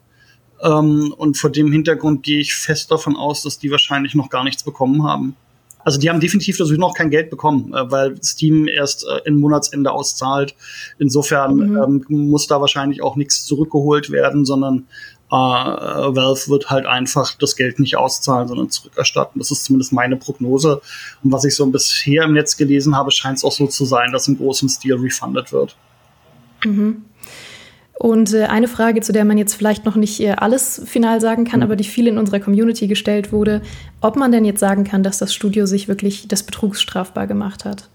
S4: Ähm, und vor dem Hintergrund gehe ich fest davon aus, dass die wahrscheinlich noch gar nichts bekommen haben. Also die haben definitiv natürlich noch kein Geld bekommen, äh, weil Steam erst äh, im Monatsende auszahlt. Insofern mhm. ähm, muss da wahrscheinlich auch nichts zurückgeholt werden, sondern äh, Valve wird halt einfach das Geld nicht auszahlen, sondern zurückerstatten. Das ist zumindest meine Prognose. Und was ich so bisher im Netz gelesen habe, scheint es auch so zu sein, dass im großen Stil refunded wird.
S1: Mhm. Und äh, eine Frage, zu der man jetzt vielleicht noch nicht äh, alles final sagen kann, mhm. aber die viel in unserer Community gestellt wurde, ob man denn jetzt sagen kann, dass das Studio sich wirklich des Betrugs strafbar gemacht hat?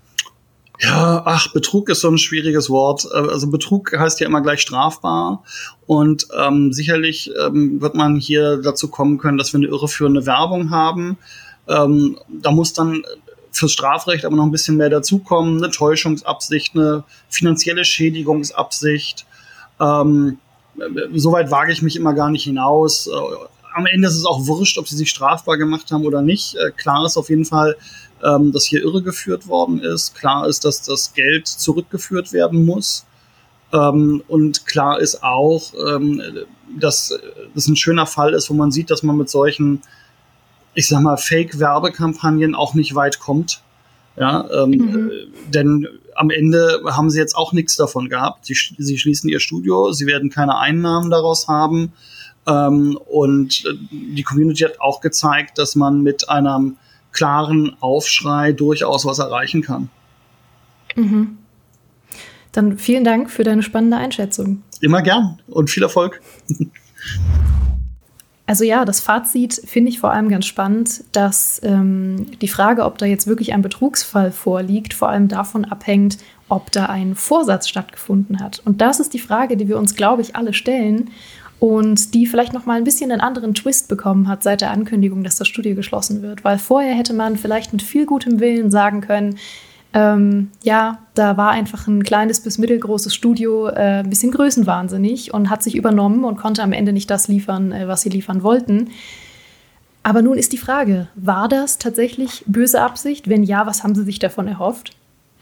S4: Ja, ach, Betrug ist so ein schwieriges Wort. Also Betrug heißt ja immer gleich strafbar. Und ähm, sicherlich ähm, wird man hier dazu kommen können, dass wir eine irreführende Werbung haben. Ähm, da muss dann fürs Strafrecht aber noch ein bisschen mehr dazukommen. Eine Täuschungsabsicht, eine finanzielle Schädigungsabsicht. Ähm, Soweit wage ich mich immer gar nicht hinaus. Äh, am Ende ist es auch wurscht, ob sie sich strafbar gemacht haben oder nicht. Äh, klar ist auf jeden Fall, ähm, dass hier irregeführt worden ist. Klar ist, dass das Geld zurückgeführt werden muss. Ähm, und klar ist auch, ähm, dass das ein schöner Fall ist, wo man sieht, dass man mit solchen, ich sag mal, Fake-Werbekampagnen auch nicht weit kommt. Ja, ähm, mhm. Denn am Ende haben sie jetzt auch nichts davon gehabt. Sie, sie schließen ihr Studio, sie werden keine Einnahmen daraus haben. Ähm, und die Community hat auch gezeigt, dass man mit einem klaren Aufschrei durchaus was erreichen kann.
S1: Mhm. Dann vielen Dank für deine spannende Einschätzung.
S4: Immer gern und viel Erfolg.
S1: Also ja, das Fazit finde ich vor allem ganz spannend, dass ähm, die Frage, ob da jetzt wirklich ein Betrugsfall vorliegt, vor allem davon abhängt, ob da ein Vorsatz stattgefunden hat. Und das ist die Frage, die wir uns, glaube ich, alle stellen und die vielleicht noch mal ein bisschen einen anderen Twist bekommen hat seit der Ankündigung, dass das Studio geschlossen wird. Weil vorher hätte man vielleicht mit viel gutem Willen sagen können, Ähm, ja, da war einfach ein kleines bis mittelgroßes Studio äh, ein bisschen größenwahnsinnig und hat sich übernommen und konnte am Ende nicht das liefern, äh, was sie liefern wollten. Aber nun ist die Frage, war das tatsächlich böse Absicht? Wenn ja, was haben sie sich davon erhofft?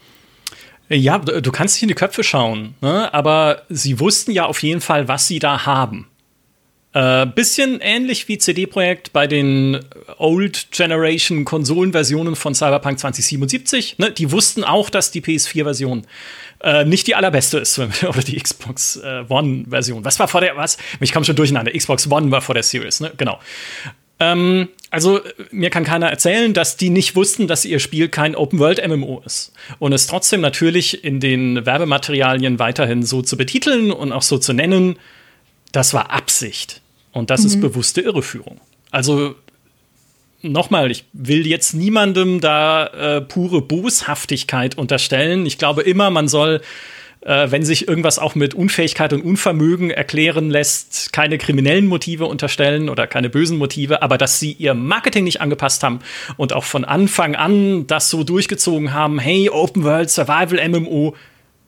S3: Ja, du kannst nicht in die Köpfe schauen, ne? Aber sie wussten ja auf jeden Fall, was sie da haben. Äh, bisschen ähnlich wie C D Projekt bei den Old Generation Konsolenversionen von Cyberpunk zwanzig siebenundsiebzig. Ne? Die wussten auch, dass die P S vier Version äh, nicht die allerbeste ist, oder die Xbox äh, One Version. Was war vor der, was? Ich komme schon durcheinander. Xbox One war vor der Series, ne? Genau. Ähm, also, mir kann keiner erzählen, dass die nicht wussten, dass ihr Spiel kein Open-World-M M O ist. Und es trotzdem natürlich in den Werbematerialien weiterhin so zu betiteln und auch so zu nennen, das war Absicht. Und das mhm. ist bewusste Irreführung. Also, nochmal, ich will jetzt niemandem da äh, pure Boshaftigkeit unterstellen. Ich glaube immer, man soll, äh, wenn sich irgendwas auch mit Unfähigkeit und Unvermögen erklären lässt, keine kriminellen Motive unterstellen oder keine bösen Motive, aber dass sie ihr Marketing nicht angepasst haben und auch von Anfang an das so durchgezogen haben, hey, Open World, Survival M M O,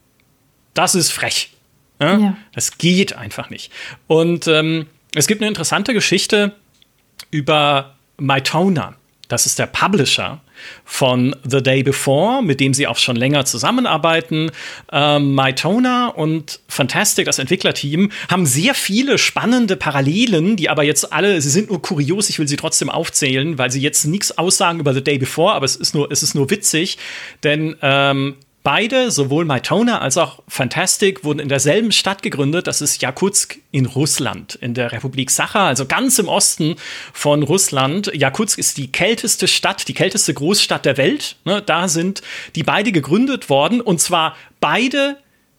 S3: das ist frech. Ja? Ja. Das geht einfach nicht. Und ähm, es gibt eine interessante Geschichte über Mytona. Das ist der Publisher von The Day Before, mit dem sie auch schon länger zusammenarbeiten. Ähm, Mytona und Fantastic, das Entwicklerteam, haben sehr viele spannende Parallelen, die aber jetzt alle, sie sind nur kurios, ich will sie trotzdem aufzählen, weil sie jetzt nichts aussagen über The Day Before, aber es ist nur, es ist nur witzig, denn ähm, beide, sowohl Mytona als auch Fantastic, wurden in derselben Stadt gegründet. Das ist Jakutsk in Russland, in der Republik Sacha, also ganz im Osten von Russland. Jakutsk ist die kälteste Stadt, die kälteste Großstadt der Welt. Ne, da sind die beide gegründet worden, und zwar beide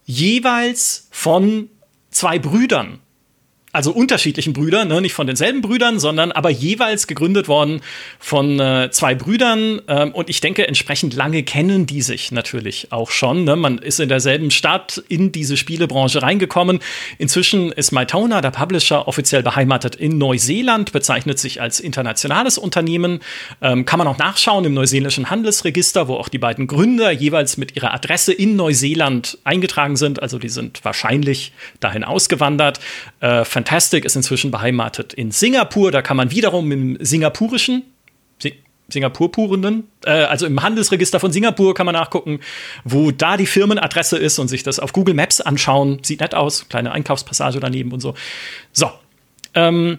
S3: jeweils von zwei Brüdern. Also unterschiedlichen Brüdern, ne? Nicht von denselben Brüdern, sondern aber jeweils gegründet worden von äh, zwei Brüdern. Ähm, und ich denke, entsprechend lange kennen die sich natürlich auch schon. Ne? Man ist in derselben Stadt in diese Spielebranche reingekommen. Inzwischen ist Mytona, der Publisher, offiziell beheimatet in Neuseeland, bezeichnet sich als internationales Unternehmen. Ähm, kann man auch nachschauen im neuseeländischen Handelsregister, wo auch die beiden Gründer jeweils mit ihrer Adresse in Neuseeland eingetragen sind. Also die sind wahrscheinlich dahin ausgewandert. Äh, Fantastic ist inzwischen beheimatet in Singapur. Da kann man wiederum im singapurischen, si- Singapurpurenden, äh, also im Handelsregister von Singapur kann man nachgucken, wo da die Firmenadresse ist und sich das auf Google Maps anschauen. Sieht nett aus, kleine Einkaufspassage daneben und so. So, ähm,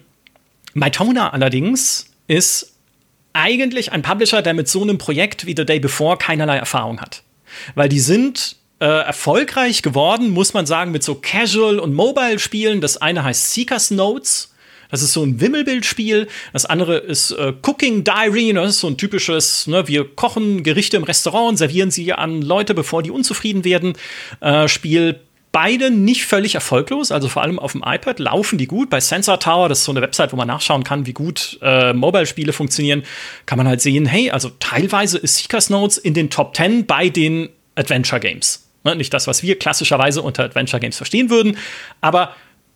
S3: Mytona allerdings ist eigentlich ein Publisher, der mit so einem Projekt wie The Day Before keinerlei Erfahrung hat. Weil die sind Äh, erfolgreich geworden, muss man sagen, mit so Casual- und Mobile-Spielen. Das eine heißt Seeker's Notes. Das ist so ein Wimmelbildspiel. Das andere ist äh, Cooking Diary. Das ist so ein typisches, ne, wir kochen Gerichte im Restaurant, servieren sie an Leute, bevor die unzufrieden werden. Äh, Spiel. Beide nicht völlig erfolglos, also vor allem auf dem iPad laufen die gut. Bei Sensor Tower, das ist so eine Website, wo man nachschauen kann, wie gut äh, Mobile-Spiele funktionieren, kann man halt sehen, hey, also teilweise ist Seeker's Notes in den Top Ten bei den Adventure Games. Ne, nicht das, was wir klassischerweise unter Adventure Games verstehen würden, aber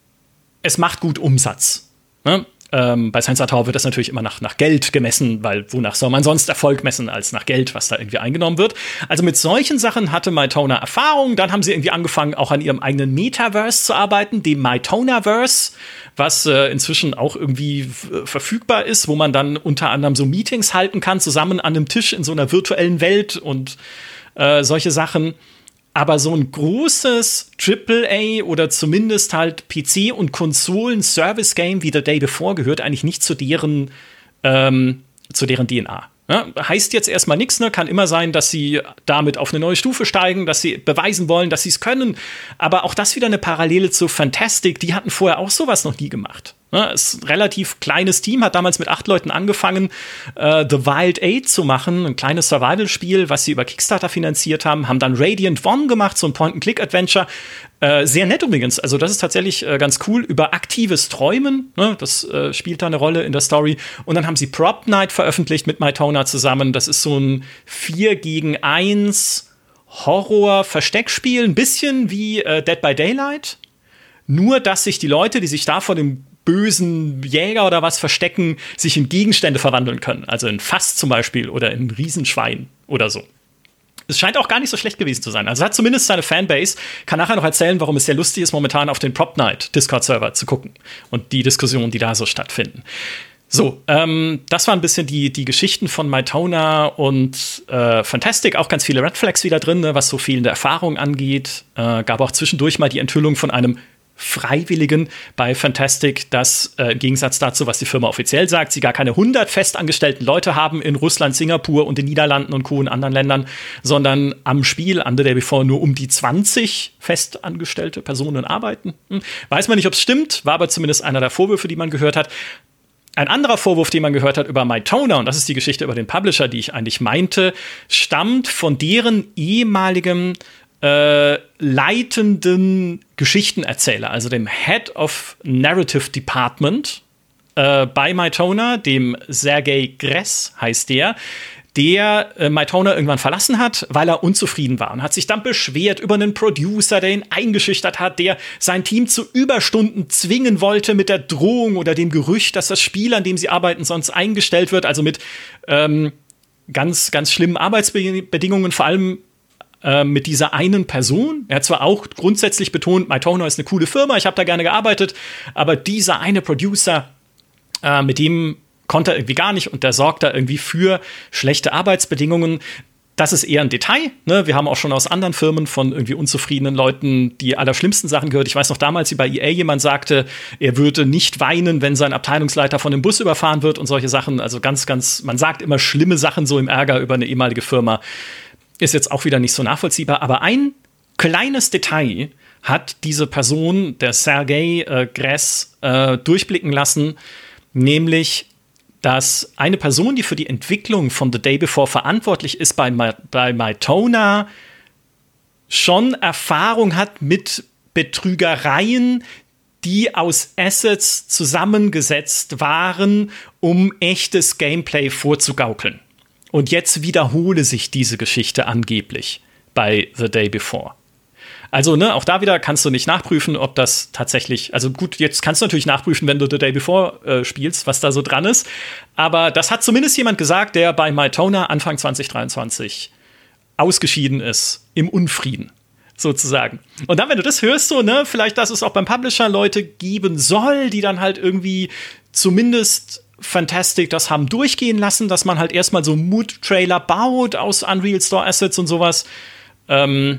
S3: es macht gut Umsatz. Ne? Ähm, bei Sensor Tower wird das natürlich immer nach, nach Geld gemessen, weil wonach soll man sonst Erfolg messen als nach Geld, was da irgendwie eingenommen wird. Also mit solchen Sachen hatte Mytona Erfahrung. Dann haben sie irgendwie angefangen, auch an ihrem eigenen Metaverse zu arbeiten, dem Mytonaverse, was äh, inzwischen auch irgendwie f- verfügbar ist, wo man dann unter anderem so Meetings halten kann, zusammen an einem Tisch in so einer virtuellen Welt und äh, solche Sachen. Aber so ein großes Triple A oder zumindest halt P C- und Konsolen-Service-Game wie The Day Before gehört eigentlich nicht zu deren, ähm, zu deren D N A. Ja, heißt jetzt erstmal nichts, ne? Kann immer sein, dass sie damit auf eine neue Stufe steigen, dass sie beweisen wollen, dass sie es können. Aber auch das wieder eine Parallele zu Fantastic. Die hatten vorher auch sowas noch nie gemacht. Ne? Es ist ein relativ kleines Team, hat damals mit acht Leuten angefangen, äh, The Wild Eight zu machen, ein kleines Survival-Spiel, was sie über Kickstarter finanziert haben, haben dann Radiant One gemacht, so ein Point-and-Click-Adventure. Äh, sehr nett übrigens, also das ist tatsächlich äh, ganz cool, über aktives Träumen, ne? Das äh, spielt da eine Rolle in der Story. Und dann haben sie Prop Night veröffentlicht mit Mytona zusammen. Das ist so ein vier gegen eins Horror-Versteckspiel, ein bisschen wie äh, Dead by Daylight. Nur, dass sich die Leute, die sich da vor dem bösen Jäger oder was verstecken, sich in Gegenstände verwandeln können. Also in Fass zum Beispiel oder in Riesenschwein oder so. Es scheint auch gar nicht so schlecht gewesen zu sein. Also es hat zumindest seine Fanbase. Kann nachher noch erzählen, warum es sehr lustig ist, momentan auf den Prop Night Discord-Server zu gucken und die Diskussionen, die da so stattfinden. So, ähm, das waren ein bisschen die, die Geschichten von Mytona und äh, Fantastic. Auch ganz viele Red Flags wieder drin, ne, was so fehlende Erfahrung angeht. Äh, gab auch zwischendurch mal die Enthüllung von einem Freiwilligen bei Fantastic, dass äh, im Gegensatz dazu, was die Firma offiziell sagt, sie gar keine hundert festangestellten Leute haben in Russland, Singapur und den Niederlanden und Co. in anderen Ländern, sondern am Spiel The Day Before nur um die zwanzig festangestellte Personen arbeiten. Hm. Weiß man nicht, ob es stimmt, war aber zumindest einer der Vorwürfe, die man gehört hat. Ein anderer Vorwurf, den man gehört hat über Mytona, und das ist die Geschichte über den Publisher, die ich eigentlich meinte, stammt von deren ehemaligem Äh, leitenden Geschichtenerzähler, also dem Head of Narrative Department äh, bei Mytona, dem Sergei Gress heißt der, der äh, Mytona irgendwann verlassen hat, weil er unzufrieden war und hat sich dann beschwert über einen Producer, der ihn eingeschüchtert hat, der sein Team zu Überstunden zwingen wollte mit der Drohung oder dem Gerücht, dass das Spiel, an dem sie arbeiten, sonst eingestellt wird, also mit ähm, ganz, ganz schlimmen Arbeitsbedingungen, vor allem mit dieser einen Person. Er hat zwar auch grundsätzlich betont, Mytona ist eine coole Firma, ich habe da gerne gearbeitet, aber dieser eine Producer, äh, mit dem konnte er irgendwie gar nicht und der sorgt da irgendwie für schlechte Arbeitsbedingungen. Das ist eher ein Detail, ne? Wir haben auch schon aus anderen Firmen von irgendwie unzufriedenen Leuten die allerschlimmsten Sachen gehört. Ich weiß noch damals, wie bei E A jemand sagte, er würde nicht weinen, wenn sein Abteilungsleiter von dem Bus überfahren wird und solche Sachen. Also ganz, ganz, man sagt immer schlimme Sachen so im Ärger über eine ehemalige Firma. Ist jetzt auch wieder nicht so nachvollziehbar, aber ein kleines Detail hat diese Person, der Sergei äh, Gress, äh, durchblicken lassen, nämlich, dass eine Person, die für die Entwicklung von The Day Before verantwortlich ist bei, bei Mytona, schon Erfahrung hat mit Betrügereien, die aus Assets zusammengesetzt waren, um echtes Gameplay vorzugaukeln. Und jetzt wiederhole sich diese Geschichte angeblich bei The Day Before. Also, ne, auch da wieder kannst du nicht nachprüfen, ob das tatsächlich, also gut, jetzt kannst du natürlich nachprüfen, wenn du The Day Before äh, spielst, was da so dran ist. Aber das hat zumindest jemand gesagt, der bei Mytona Anfang zwanzig dreiundzwanzig ausgeschieden ist, im Unfrieden, sozusagen. Und dann, wenn du das hörst, so, ne, vielleicht, dass es auch beim Publisher Leute geben soll, die dann halt irgendwie zumindest Fantastic das haben durchgehen lassen, dass man halt erstmal so Mood-Trailer baut aus Unreal Store Assets und sowas. Ähm,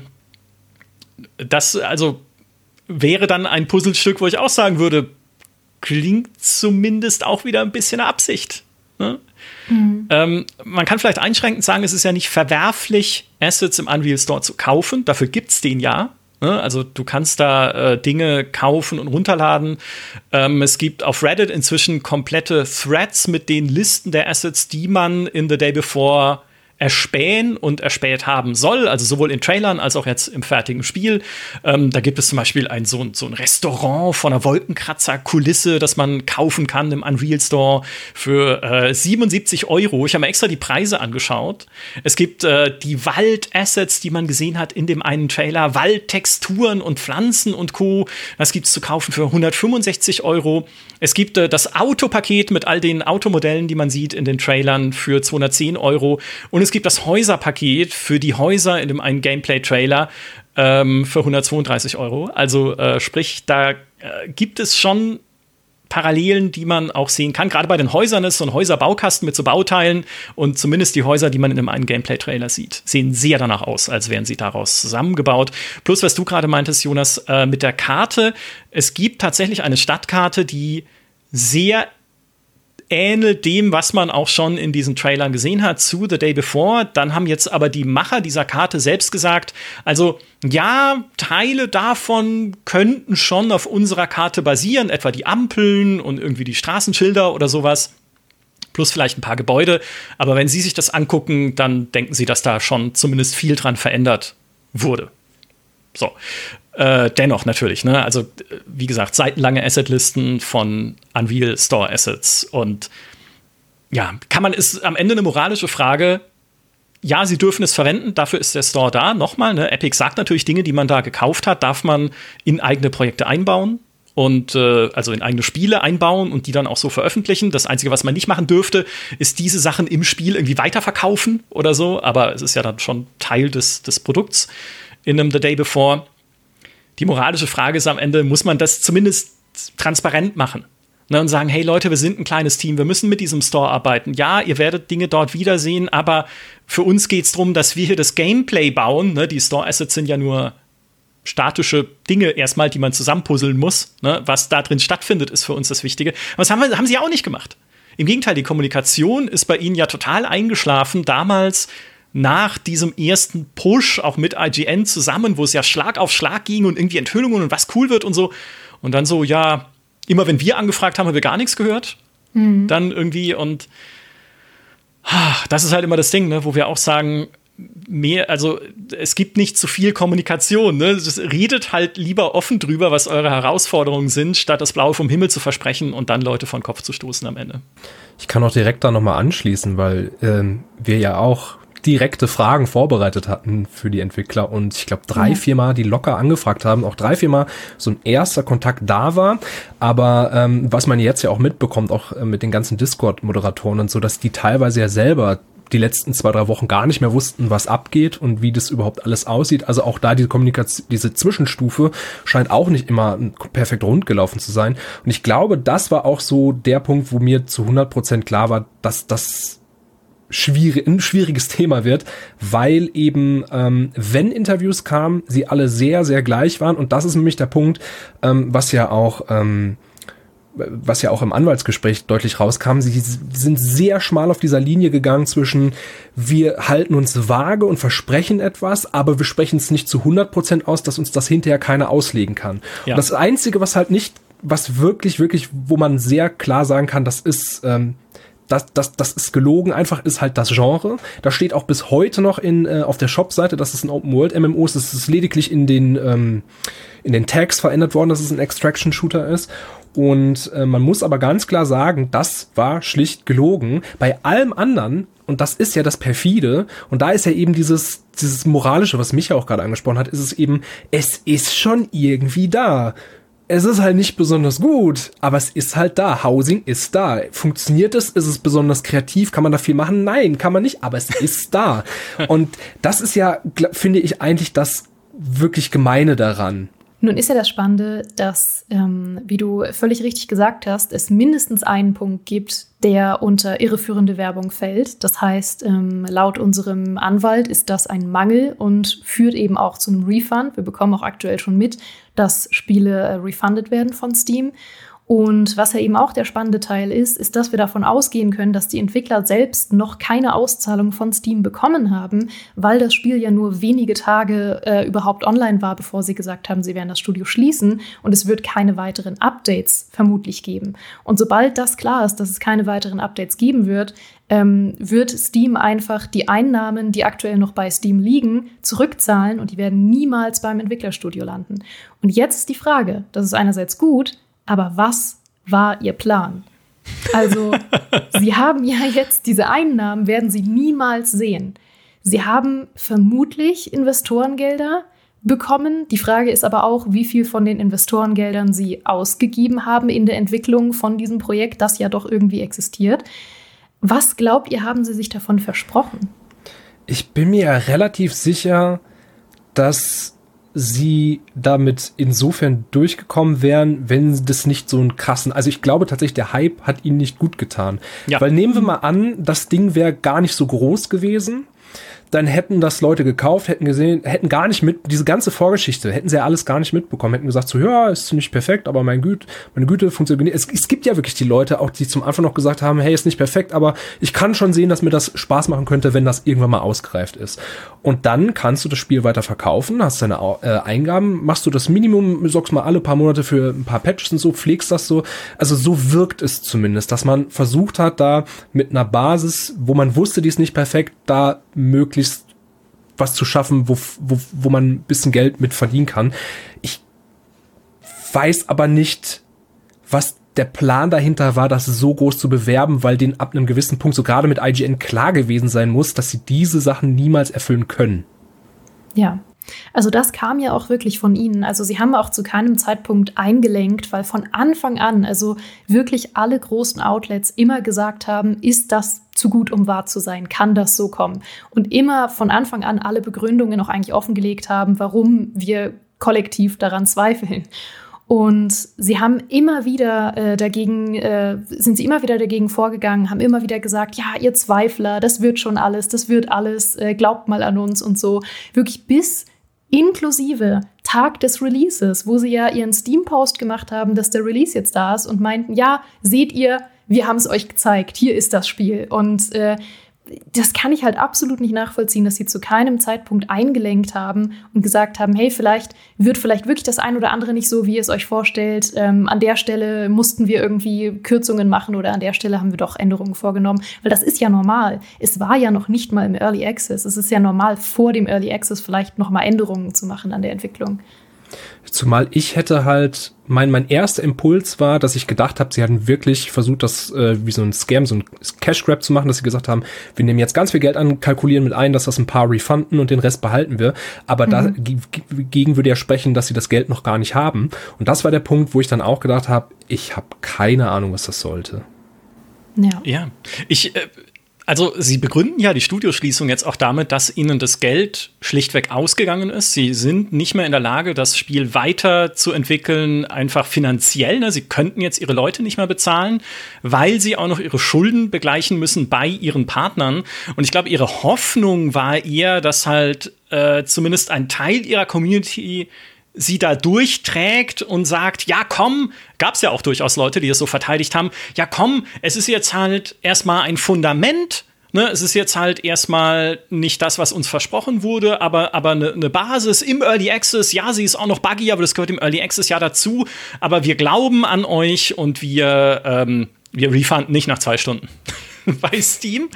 S3: das also wäre dann ein Puzzlestück, wo ich auch sagen würde, klingt zumindest auch wieder ein bisschen eine Absicht. Ne? Mhm. Ähm, man kann vielleicht einschränkend sagen, es ist ja nicht verwerflich, Assets im Unreal Store zu kaufen. Dafür gibt's den ja. Also du kannst da äh, Dinge kaufen und runterladen. Ähm, es gibt auf Reddit inzwischen komplette Threads mit den Listen der Assets, die man in The Day Before erspähen und erspäht haben soll, also sowohl in Trailern als auch jetzt im fertigen Spiel. Ähm, da gibt es zum Beispiel ein so, so ein Restaurant von einer Wolkenkratzer-Kulisse, das man kaufen kann im Unreal Store für äh, siebenundsiebzig Euro. Ich habe mir extra die Preise angeschaut. Es gibt äh, die Waldassets, die man gesehen hat in dem einen Trailer, Waldtexturen und Pflanzen und Co. Das gibt es zu kaufen für hundertfünfundsechzig Euro. Es gibt äh, das Autopaket mit all den Automodellen, die man sieht in den Trailern, für zweihundertzehn Euro. Und es gibt das Häuserpaket für die Häuser in dem einen Gameplay-Trailer ähm, für hundertzweiunddreißig Euro. Also äh, sprich, da äh, gibt es schon Parallelen, die man auch sehen kann. Gerade bei den Häusern ist so ein Häuserbaukasten mit so Bauteilen und zumindest die Häuser, die man in dem einen Gameplay-Trailer sieht, sehen sehr danach aus, als wären sie daraus zusammengebaut. Plus, was du gerade meintest, Jonas, äh, mit der Karte. Es gibt tatsächlich eine Stadtkarte, die sehr ähnelt dem, was man auch schon in diesen Trailern gesehen hat zu The Day Before. Dann haben jetzt aber die Macher dieser Karte selbst gesagt, also ja, Teile davon könnten schon auf unserer Karte basieren, etwa die Ampeln und irgendwie die Straßenschilder oder sowas, plus vielleicht ein paar Gebäude. Aber wenn Sie sich das angucken, dann denken Sie, dass da schon zumindest viel dran verändert wurde. So. Äh, dennoch natürlich, ne? Also, wie gesagt, seitenlange Assetlisten von Unreal Store Assets. Und ja, kann man, ist am Ende eine moralische Frage. Ja, sie dürfen es verwenden, dafür ist der Store da. Nochmal, ne? Epic sagt natürlich, Dinge, die man da gekauft hat, darf man in eigene Projekte einbauen. Und äh, also in eigene Spiele einbauen und die dann auch so veröffentlichen. Das Einzige, was man nicht machen dürfte, ist diese Sachen im Spiel irgendwie weiterverkaufen oder so. Aber es ist ja dann schon Teil des, des Produkts in einem The Day Before. Die moralische Frage ist am Ende, muss man das zumindest transparent machen? Ne, und sagen, hey Leute, wir sind ein kleines Team, wir müssen mit diesem Store arbeiten. Ja, ihr werdet Dinge dort wiedersehen, aber für uns geht es darum, dass wir hier das Gameplay bauen. Ne? Die Store-Assets sind ja nur statische Dinge erstmal, die man zusammenpuzzeln muss. Ne? Was da drin stattfindet, ist für uns das Wichtige. Aber das haben, wir, haben sie auch nicht gemacht. Im Gegenteil, die Kommunikation ist bei ihnen ja total eingeschlafen. Damals nach diesem ersten Push, auch mit I G N zusammen, wo es ja Schlag auf Schlag ging und irgendwie Enthüllungen und was cool wird und so. Und dann so, ja, immer wenn wir angefragt haben, haben wir gar nichts gehört. Mhm. Dann irgendwie und ach, das ist halt immer das Ding, ne, wo wir auch sagen, mehr, also es gibt nicht zu viel Kommunikation. Ne? Redet halt lieber offen drüber, was eure Herausforderungen sind, statt das Blaue vom Himmel zu versprechen und dann Leute vor den Kopf zu stoßen am Ende.
S2: Ich kann auch direkt da nochmal anschließen, weil ähm, wir ja auch direkte Fragen vorbereitet hatten für die Entwickler und ich glaube drei, ja. viermal die locker angefragt haben, auch drei, viermal so ein erster Kontakt da war, aber ähm, was man jetzt ja auch mitbekommt, auch äh, mit den ganzen Discord-Moderatoren und so, dass die teilweise ja selber die letzten zwei, drei Wochen gar nicht mehr wussten, was abgeht und wie das überhaupt alles aussieht. Also auch da diese Kommunikation, diese Zwischenstufe scheint auch nicht immer perfekt rund gelaufen zu sein. Und ich glaube, das war auch so der Punkt, wo mir zu hundert Prozent klar war, dass das schwierig, ein schwieriges Thema wird, weil eben, ähm, wenn Interviews kamen, sie alle sehr, sehr gleich waren. Und das ist nämlich der Punkt, ähm, was ja auch ähm, was ja auch im Anwaltsgespräch deutlich rauskam, sie sind sehr schmal auf dieser Linie gegangen zwischen wir halten uns vage und versprechen etwas, aber wir sprechen es nicht zu hundert Prozent aus, dass uns das hinterher keiner auslegen kann. Ja. Und das Einzige, was halt nicht, was wirklich, wirklich, wo man sehr klar sagen kann, das ist ähm, Das, das, das ist gelogen, einfach ist halt das Genre. Da steht auch bis heute noch in äh, auf der Shop-Seite, dass es ein Open-World-M M O ist. Es ist lediglich in den ähm, in den Tags verändert worden, dass es ein Extraction-Shooter ist. Und äh, man muss aber ganz klar sagen, das war schlicht gelogen. Bei allem anderen, und das ist ja das Perfide, und da ist ja eben dieses dieses Moralische, was Micha auch gerade angesprochen hat, ist es eben, es ist schon irgendwie da. Es ist halt nicht besonders gut, aber es ist halt da. Housing ist da. Funktioniert es? Ist es besonders kreativ? Kann man da viel machen? Nein, kann man nicht, aber es ist da. Und das ist ja, finde ich, eigentlich das wirklich Gemeine daran.
S1: Nun ist ja das Spannende, dass, ähm, wie du völlig richtig gesagt hast, es mindestens einen Punkt gibt, der unter irreführende Werbung fällt. Das heißt, ähm, laut unserem Anwalt ist das ein Mangel und führt eben auch zu einem Refund. Wir bekommen auch aktuell schon mit, dass Spiele äh, refunded werden von Steam. Und was ja eben auch der spannende Teil ist, ist, dass wir davon ausgehen können, dass die Entwickler selbst noch keine Auszahlung von Steam bekommen haben, weil das Spiel ja nur wenige Tage äh, überhaupt online war, bevor sie gesagt haben, sie werden das Studio schließen und es wird keine weiteren Updates vermutlich geben. Und sobald das klar ist, dass es keine weiteren Updates geben wird, ähm, wird Steam einfach die Einnahmen, die aktuell noch bei Steam liegen, zurückzahlen und die werden niemals beim Entwicklerstudio landen. Und jetzt ist die Frage, das ist einerseits gut, aber was war ihr Plan? Also, sie haben ja jetzt diese Einnahmen, werden sie niemals sehen. Sie haben vermutlich Investorengelder bekommen. Die Frage ist aber auch, wie viel von den Investorengeldern sie ausgegeben haben in der Entwicklung von diesem Projekt, das ja doch irgendwie existiert. Was glaubt ihr, haben sie sich davon versprochen?
S2: Ich bin mir ja relativ sicher, dass sie damit insofern durchgekommen wären, wenn das nicht so einen krassen, also ich glaube tatsächlich, der Hype hat ihnen nicht gut getan. Ja. Weil nehmen wir mal an, das Ding wäre gar nicht so groß gewesen, dann hätten das Leute gekauft, hätten gesehen, hätten gar nicht mit, diese ganze Vorgeschichte, hätten sie ja alles gar nicht mitbekommen, hätten gesagt so, ja, ist nicht perfekt, aber mein Güte, meine Güte funktioniert. Es, es gibt ja wirklich die Leute, auch die zum Anfang noch gesagt haben, hey, ist nicht perfekt, aber ich kann schon sehen, dass mir das Spaß machen könnte, wenn das irgendwann mal ausgereift ist. Und dann kannst du das Spiel weiter verkaufen, hast deine äh, Eingaben, machst du das Minimum, sorgst mal alle paar Monate für ein paar Patches und so, pflegst das so. Also so wirkt es zumindest, dass man versucht hat, da mit einer Basis, wo man wusste, die ist nicht perfekt, da möglichst was zu schaffen, wo, wo, wo man ein bisschen Geld mit verdienen kann. Ich weiß aber nicht, was der Plan dahinter war, das so groß zu bewerben, weil denen ab einem gewissen Punkt, so gerade mit I G N, klar gewesen sein muss, dass sie diese Sachen niemals erfüllen können.
S1: Ja. Also das kam ja auch wirklich von ihnen. Also sie haben auch zu keinem Zeitpunkt eingelenkt, weil von Anfang an, also wirklich alle großen Outlets immer gesagt haben, ist das zu gut, um wahr zu sein? Kann das so kommen? Und immer von Anfang an alle Begründungen auch eigentlich offengelegt haben, warum wir kollektiv daran zweifeln. Und sie haben immer wieder äh, dagegen, äh, sind sie immer wieder dagegen vorgegangen, haben immer wieder gesagt, ja, ihr Zweifler, das wird schon alles, das wird alles, äh, glaubt mal an uns und so. Wirklich bis inklusive Tag des Releases, wo sie ja ihren Steam-Post gemacht haben, dass der Release jetzt da ist und meinten, ja, seht ihr, wir haben es euch gezeigt, hier ist das Spiel. Und äh, das kann ich halt absolut nicht nachvollziehen, dass sie zu keinem Zeitpunkt eingelenkt haben und gesagt haben, hey, vielleicht wird vielleicht wirklich das ein oder andere nicht so, wie ihr es euch vorstellt. Ähm, an der Stelle mussten wir irgendwie Kürzungen machen oder an der Stelle haben wir doch Änderungen vorgenommen. Weil das ist ja normal. Es war ja noch nicht mal im Early Access. Es ist ja normal, vor dem Early Access vielleicht noch mal Änderungen zu machen an der Entwicklung.
S2: Zumal ich hätte halt, mein, mein erster Impuls war, dass ich gedacht habe, sie hatten wirklich versucht, das äh, wie so ein Scam, so ein Cash-Grab zu machen, dass sie gesagt haben, wir nehmen jetzt ganz viel Geld an, kalkulieren mit ein, dass das ein paar refunden und den Rest behalten wir. Aber mhm. dagegen würde ja sprechen, dass sie das Geld noch gar nicht haben. Und das war der Punkt, wo ich dann auch gedacht habe, ich habe keine Ahnung, was das sollte.
S1: Ja,
S3: ja. ich... Äh Also sie begründen ja die Studioschließung jetzt auch damit, dass ihnen das Geld schlichtweg ausgegangen ist. Sie sind nicht mehr in der Lage, das Spiel weiter zu entwickeln, einfach finanziell. Ne? Sie könnten jetzt ihre Leute nicht mehr bezahlen, weil sie auch noch ihre Schulden begleichen müssen bei ihren Partnern. Und ich glaube, ihre Hoffnung war eher, dass halt äh, zumindest ein Teil ihrer Community sie da durchträgt und sagt, ja komm, gab's ja auch durchaus Leute, die das so verteidigt haben, ja komm, es ist jetzt halt erstmal ein Fundament, ne? Es ist jetzt halt erstmal nicht das, was uns versprochen wurde, aber aber eine ne Basis im Early Access, ja, sie ist auch noch buggy, aber das gehört im Early Access ja dazu, aber wir glauben an euch und wir, ähm, wir refunden nicht nach zwei Stunden bei Steam.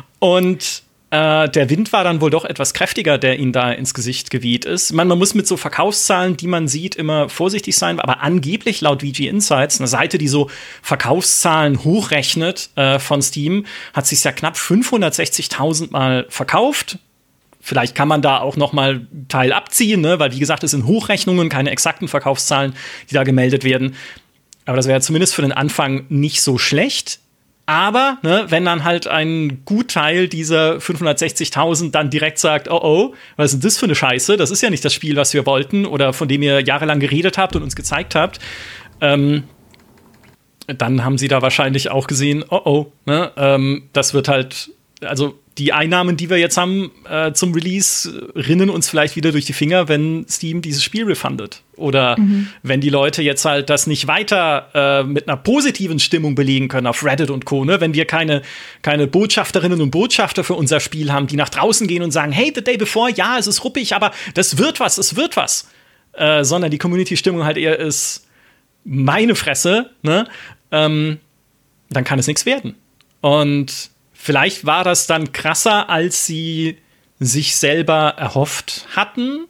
S3: Und Äh, der Wind war dann wohl doch etwas kräftiger, der ihnen da ins Gesicht geweht ist. Man, man muss mit so Verkaufszahlen, die man sieht, immer vorsichtig sein. Aber angeblich laut V G Insights, eine Seite, die so Verkaufszahlen hochrechnet äh, von Steam, hat sich ja knapp fünfhundertsechzigtausend Mal verkauft. Vielleicht kann man da auch noch mal einen Teil abziehen, ne? Weil, wie gesagt, es sind Hochrechnungen, keine exakten Verkaufszahlen, die da gemeldet werden. Aber das wäre zumindest für den Anfang nicht so schlecht. Aber, ne, wenn dann halt ein Gutteil dieser fünfhundertsechzigtausend dann direkt sagt, oh oh, was ist denn das für eine Scheiße? Das ist ja nicht das Spiel, was wir wollten oder von dem ihr jahrelang geredet habt und uns gezeigt habt, ähm, dann haben sie da wahrscheinlich auch gesehen, oh oh, ne, ähm, das wird halt, also die Einnahmen, die wir jetzt haben äh, zum Release, rinnen uns vielleicht wieder durch die Finger, wenn Steam dieses Spiel refundet. Oder mhm. wenn die Leute jetzt halt das nicht weiter äh, mit einer positiven Stimmung belegen können auf Reddit und Co., ne? Wenn wir keine, keine Botschafterinnen und Botschafter für unser Spiel haben, die nach draußen gehen und sagen, hey, the day before, ja, es ist ruppig, aber das wird was, es wird was. Äh, sondern die Community-Stimmung halt eher ist meine Fresse, ne? Ähm, dann kann es nichts werden. Und vielleicht war das dann krasser, als sie sich selber erhofft hatten.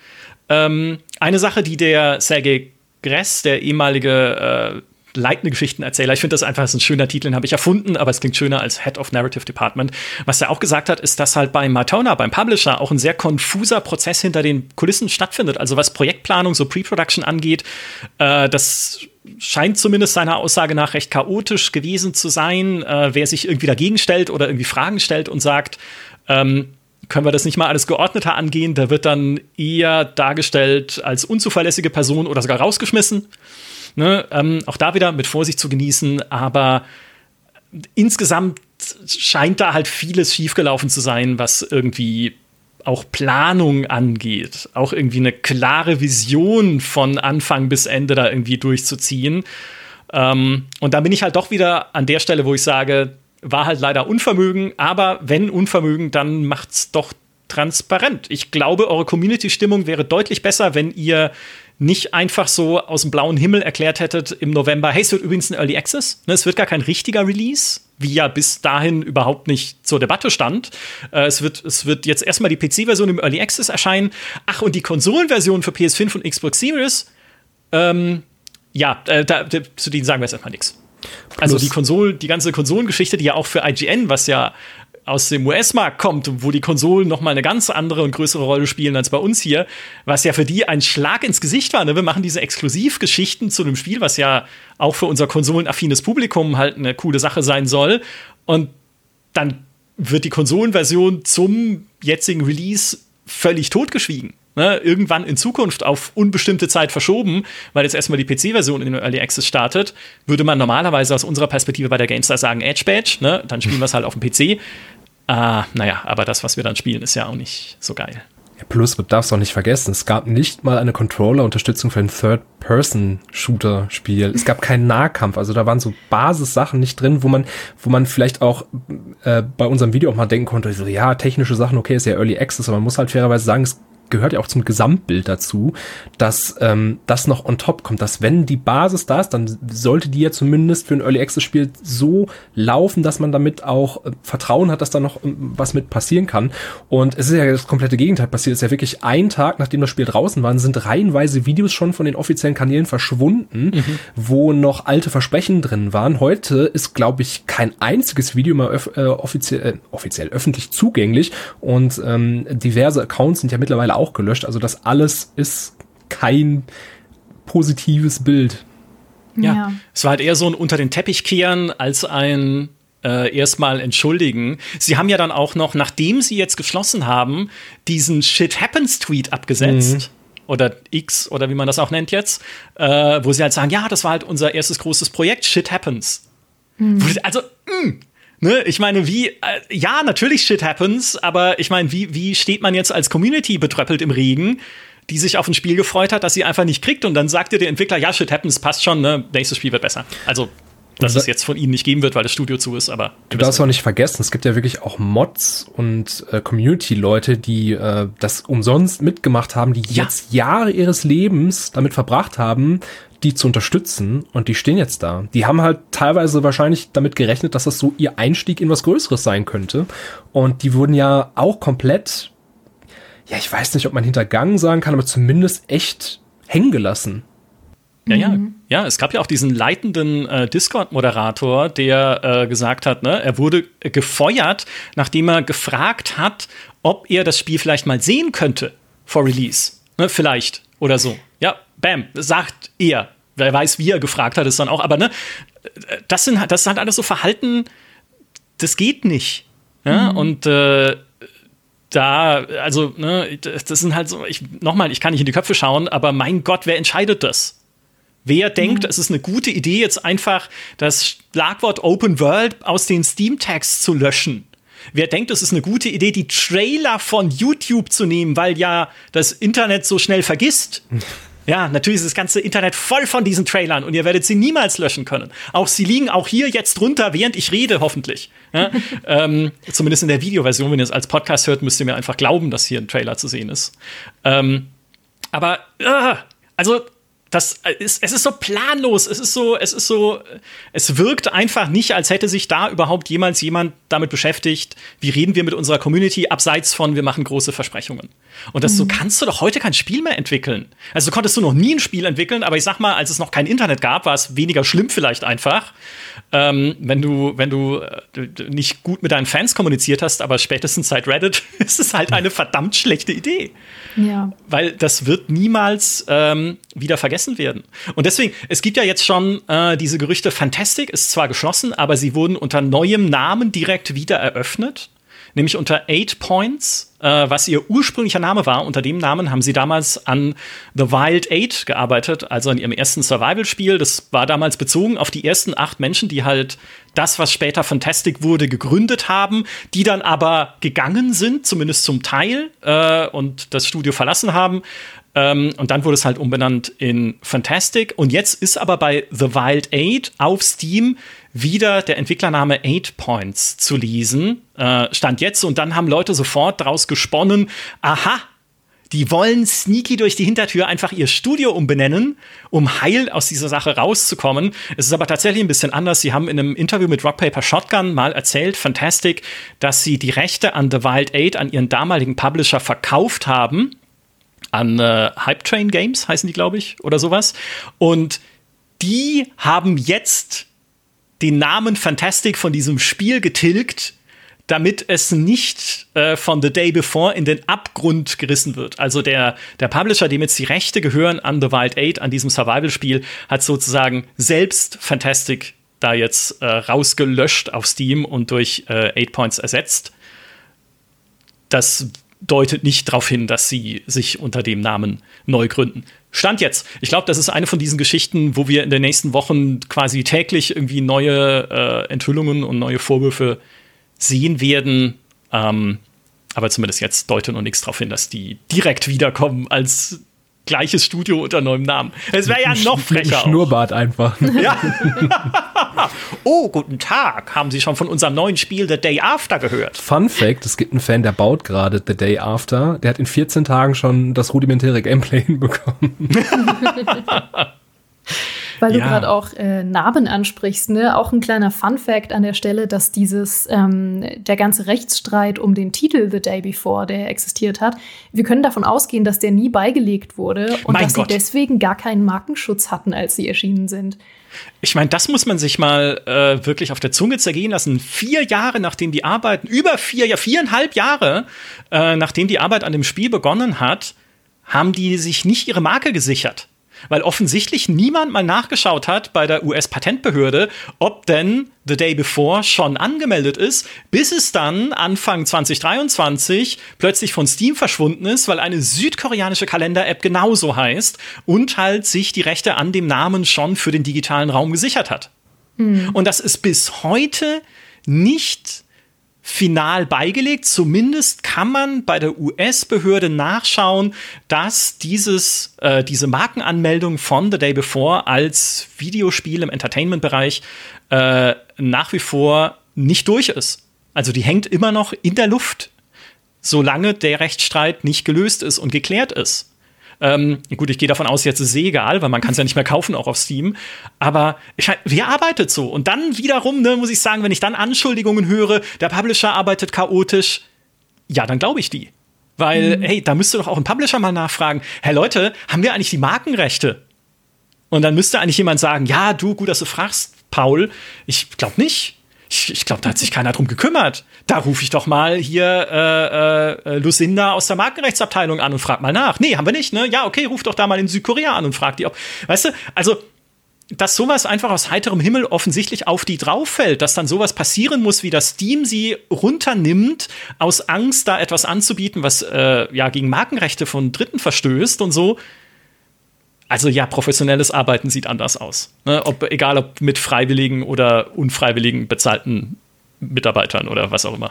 S3: Ähm, eine Sache, die der Sergei Gress, der ehemalige äh, leitende Geschichtenerzähler, ich finde das einfach, das ist ein schöner Titel, den habe ich erfunden, aber es klingt schöner als Head of Narrative Department. Was er auch gesagt hat, ist, dass halt bei Matona, beim Publisher, auch ein sehr konfuser Prozess hinter den Kulissen stattfindet. Also was Projektplanung, so Pre-Production angeht, äh, das scheint zumindest seiner Aussage nach recht chaotisch gewesen zu sein. Äh, wer sich irgendwie dagegen stellt oder irgendwie Fragen stellt und sagt, ähm, können wir das nicht mal alles geordneter angehen, der wird dann eher dargestellt als unzuverlässige Person oder sogar rausgeschmissen. Ne? Ähm, auch da wieder mit Vorsicht zu genießen, aber insgesamt scheint da halt vieles schiefgelaufen zu sein, was irgendwie auch Planung angeht, auch irgendwie eine klare Vision von Anfang bis Ende da irgendwie durchzuziehen. Ähm, und da bin ich halt doch wieder an der Stelle, wo ich sage, war halt leider Unvermögen, aber wenn Unvermögen, dann macht's doch transparent. Ich glaube, eure Community-Stimmung wäre deutlich besser, wenn ihr nicht einfach so aus dem blauen Himmel erklärt hättet im November, hey, es wird übrigens ein Early Access, ne, es wird gar kein richtiger Release, wie ja bis dahin überhaupt nicht zur Debatte stand. Äh, es wird, es wird jetzt erstmal die P C-Version im Early Access erscheinen. Ach, und die Konsolenversion für P S fünf und Xbox Series, ähm, ja, äh, da, da, zu denen sagen wir jetzt erstmal nichts. Also die Konsole, die ganze Konsolengeschichte, die ja auch für I G N, was ja aus dem U S-Markt kommt, wo die Konsolen noch mal eine ganz andere und größere Rolle spielen als bei uns hier, was ja für die ein Schlag ins Gesicht war. Ne? Wir machen diese Exklusivgeschichten zu einem Spiel, was ja auch für unser konsolenaffines Publikum halt eine coole Sache sein soll. Und dann wird die Konsolenversion zum jetzigen Release völlig totgeschwiegen. ne, irgendwann in Zukunft auf unbestimmte Zeit verschoben, weil jetzt erstmal die P C-Version in den Early Access startet, würde man normalerweise aus unserer Perspektive bei der GameStar sagen, Edge Badge, ne, dann spielen wir es halt auf dem P C. Ah, naja, aber das, was wir dann spielen, ist ja auch nicht so geil.
S2: Ja, plus, du darfst auch nicht vergessen, es gab nicht mal eine Controller-Unterstützung für ein Third-Person-Shooter-Spiel. Es gab keinen Nahkampf, also da waren so Basis-Sachen nicht drin, wo man, wo man vielleicht auch äh, bei unserem Video auch mal denken konnte, so, ja, technische Sachen, okay, ist ja Early Access, aber man muss halt fairerweise sagen, es gehört ja auch zum Gesamtbild dazu, dass ähm, das noch on top kommt, dass wenn die Basis da ist, dann sollte die ja zumindest für ein Early Access Spiel so laufen, dass man damit auch äh, Vertrauen hat, dass da noch ähm, was mit passieren kann. Und es ist ja das komplette Gegenteil passiert. Es ist ja wirklich ein Tag, nachdem das Spiel draußen war, sind reihenweise Videos schon von den offiziellen Kanälen verschwunden, mhm. wo noch alte Versprechen drin waren. Heute ist, glaube ich, kein einziges Video mal öf- äh, offiziell, äh, offiziell öffentlich zugänglich und ähm, diverse Accounts sind ja mittlerweile auch gelöscht. Also das alles ist kein positives Bild.
S3: Ja, ja. Es war halt eher so ein unter den Teppich kehren als ein äh, erstmal entschuldigen. Sie haben ja dann auch noch, nachdem sie jetzt geschlossen haben, diesen Shit Happens Tweet abgesetzt. Mhm. Oder X oder wie man das auch nennt jetzt, äh, wo sie halt sagen, ja, das war halt unser erstes großes Projekt, Shit Happens. Mhm. Also, mh. Ne, ich meine, wie, äh, ja, natürlich Shit happens, aber ich meine, wie, wie steht man jetzt als Community betröppelt im Regen, die sich auf ein Spiel gefreut hat, das sie einfach nicht kriegt und dann sagt dir der Entwickler, ja, Shit happens, passt schon, ne, nächstes Spiel wird besser. Also, dass es jetzt von ihnen nicht geben wird, weil das Studio zu ist, aber
S2: du darfst auch nicht vergessen, es gibt ja wirklich auch Mods und äh, Community-Leute, die äh, das umsonst mitgemacht haben, die ja. jetzt Jahre ihres Lebens damit verbracht haben, die zu unterstützen und die stehen jetzt da. Die haben halt teilweise wahrscheinlich damit gerechnet, dass das so ihr Einstieg in was Größeres sein könnte und die wurden ja auch komplett, ja, ich weiß nicht, ob man hintergangen sagen kann, aber zumindest echt hängen gelassen.
S3: Ja, ja, ja, es gab ja auch diesen leitenden äh, Discord-Moderator, der äh, gesagt hat, ne, er wurde gefeuert, nachdem er gefragt hat, ob er das Spiel vielleicht mal sehen könnte vor Release. Ne, vielleicht oder so. Ja, bam, sagt er. Wer weiß, wie er gefragt hat, ist dann auch. Aber ne, das sind, das sind alles so Verhalten, das geht nicht. Ja, mhm. Und äh, da, also, ne, das sind halt so, ich, nochmal, ich kann nicht in die Köpfe schauen, aber mein Gott, wer entscheidet das? Wer denkt, mhm. es ist eine gute Idee, jetzt einfach das Schlagwort Open World aus den Steam-Tags zu löschen? Wer denkt, es ist eine gute Idee, die Trailer von YouTube zu nehmen, weil ja das Internet so schnell vergisst? Ja, natürlich ist das ganze Internet voll von diesen Trailern und ihr werdet sie niemals löschen können. Auch sie liegen auch hier jetzt drunter, während ich rede, hoffentlich. Ja, ähm, zumindest in der Videoversion, wenn ihr es als Podcast hört, müsst ihr mir einfach glauben, dass hier ein Trailer zu sehen ist. Ähm, aber, äh, also, das ist, es ist so planlos, es ist so, es ist so, es wirkt einfach nicht, als hätte sich da überhaupt jemals jemand damit beschäftigt, wie reden wir mit unserer Community, abseits von, wir machen große Versprechungen. Und das, mhm. so kannst du doch heute kein Spiel mehr entwickeln. Also konntest du noch nie ein Spiel entwickeln, aber ich sag mal, als es noch kein Internet gab, war es weniger schlimm vielleicht einfach, ähm, wenn du, wenn du äh, nicht gut mit deinen Fans kommuniziert hast, aber spätestens seit Reddit ist es halt eine verdammt schlechte Idee.
S1: Ja. Weil
S3: das wird niemals ähm, wieder vergessen werden. Und deswegen, es gibt ja jetzt schon äh, diese Gerüchte, Fantastic ist zwar geschlossen, aber sie wurden unter neuem Namen direkt wieder eröffnet, nämlich unter Eight Points, äh, was ihr ursprünglicher Name war. Unter dem Namen haben sie damals an The Wild Eight gearbeitet, also an ihrem ersten Survival-Spiel. Das war damals bezogen auf die ersten acht Menschen, die halt das, was später Fantastic wurde, gegründet haben, die dann aber gegangen sind, zumindest zum Teil, äh, und das Studio verlassen haben. Ähm, und dann wurde es halt umbenannt in Fantastic. Und jetzt ist aber bei The Wild Eight auf Steam wieder der Entwicklername Eight Points zu lesen. Äh, Stand jetzt. Und dann haben Leute sofort daraus gesponnen, aha, die wollen sneaky durch die Hintertür einfach ihr Studio umbenennen, um heil aus dieser Sache rauszukommen. Es ist aber tatsächlich ein bisschen anders. Sie haben in einem Interview mit Rock Paper Shotgun mal erzählt, Fantastic, dass sie die Rechte an The Wild Eight an ihren damaligen Publisher verkauft haben. An äh, Hype Train Games heißen die, glaube ich, oder sowas. Und die haben jetzt den Namen Fantastic von diesem Spiel getilgt, damit es nicht äh, von The Day Before in den Abgrund gerissen wird. Also der, der Publisher, dem jetzt die Rechte gehören an The Wild Eight, an diesem Survival-Spiel, hat sozusagen selbst Fantastic da jetzt äh, rausgelöscht auf Steam und durch äh, Eight Points ersetzt. Das deutet nicht darauf hin, dass sie sich unter dem Namen neu gründen. Stand jetzt. Ich glaube, das ist eine von diesen Geschichten, wo wir in den nächsten Wochen quasi täglich irgendwie neue äh, Enthüllungen und neue Vorwürfe sehen werden. Ähm, aber zumindest jetzt deutet noch nichts darauf hin, dass die direkt wiederkommen als gleiches Studio unter neuem Namen. Es wäre ja noch frecher.
S2: Schnurrbart einfach.
S3: Ja. Oh, guten Tag. Haben Sie schon von unserem neuen Spiel The Day After gehört?
S2: Fun Fact, es gibt einen Fan, der baut gerade The Day After. Der hat in vierzehn Tagen schon das rudimentäre Gameplay hinbekommen.
S1: Weil du
S3: Ja.
S1: gerade auch äh, Namen ansprichst, ne? Auch ein kleiner Fun-Fact an der Stelle, dass dieses, ähm, der ganze Rechtsstreit um den Titel The Day Before, der existiert hat, wir können davon ausgehen, dass der nie beigelegt wurde und
S3: Mein
S1: dass
S3: Gott.
S1: sie deswegen gar keinen Markenschutz hatten, als sie erschienen sind.
S3: Ich meine, das muss man sich mal äh, wirklich auf der Zunge zergehen lassen. Vier Jahre, nachdem die Arbeit, über vier, ja, viereinhalb Jahre, äh, nachdem die Arbeit an dem Spiel begonnen hat, haben die sich nicht ihre Marke gesichert. Weil offensichtlich niemand mal nachgeschaut hat bei der U S-Patentbehörde, ob denn The Day Before schon angemeldet ist, bis es dann Anfang zwanzig dreiundzwanzig plötzlich von Steam verschwunden ist, weil eine südkoreanische Kalender-App genauso heißt und halt sich die Rechte an dem Namen schon für den digitalen Raum gesichert hat. Mhm. Und das ist bis heute nicht final beigelegt. Zumindest kann man bei der U S-Behörde nachschauen, dass dieses, äh, diese Markenanmeldung von The Day Before als Videospiel im Entertainment-Bereich äh, nach wie vor nicht durch ist. Also die hängt immer noch in der Luft, solange der Rechtsstreit nicht gelöst ist und geklärt ist. Ähm, gut, ich gehe davon aus, jetzt ist es eh egal, weil man kann es ja nicht mehr kaufen, auch auf Steam. Aber ich, wer arbeitet so? Und dann wiederum, ne, muss ich sagen, wenn ich dann Anschuldigungen höre, der Publisher arbeitet chaotisch, ja, dann glaube ich die. Weil, mhm. hey, da müsste doch auch ein Publisher mal nachfragen, hey Leute, haben wir eigentlich die Markenrechte? Und dann müsste eigentlich jemand sagen, ja, du, gut, dass du fragst, Paul. Ich glaube nicht. Ich, ich glaube, da hat sich keiner drum gekümmert. Da rufe ich doch mal hier äh, äh, Lucinda aus der Markenrechtsabteilung an und frag mal nach. Nee, haben wir nicht, ne? Ja, okay, ruf doch da mal in Südkorea an und frag die, ob. Weißt du, also, dass sowas einfach aus heiterem Himmel offensichtlich auf die drauf fällt, dass dann sowas passieren muss, wie das Steam sie runternimmt, aus Angst, da etwas anzubieten, was äh, ja gegen Markenrechte von Dritten verstößt und so. Also ja, professionelles Arbeiten sieht anders aus. Ne? Ob, egal ob mit freiwilligen oder unfreiwilligen bezahlten Mitarbeitern oder was auch immer.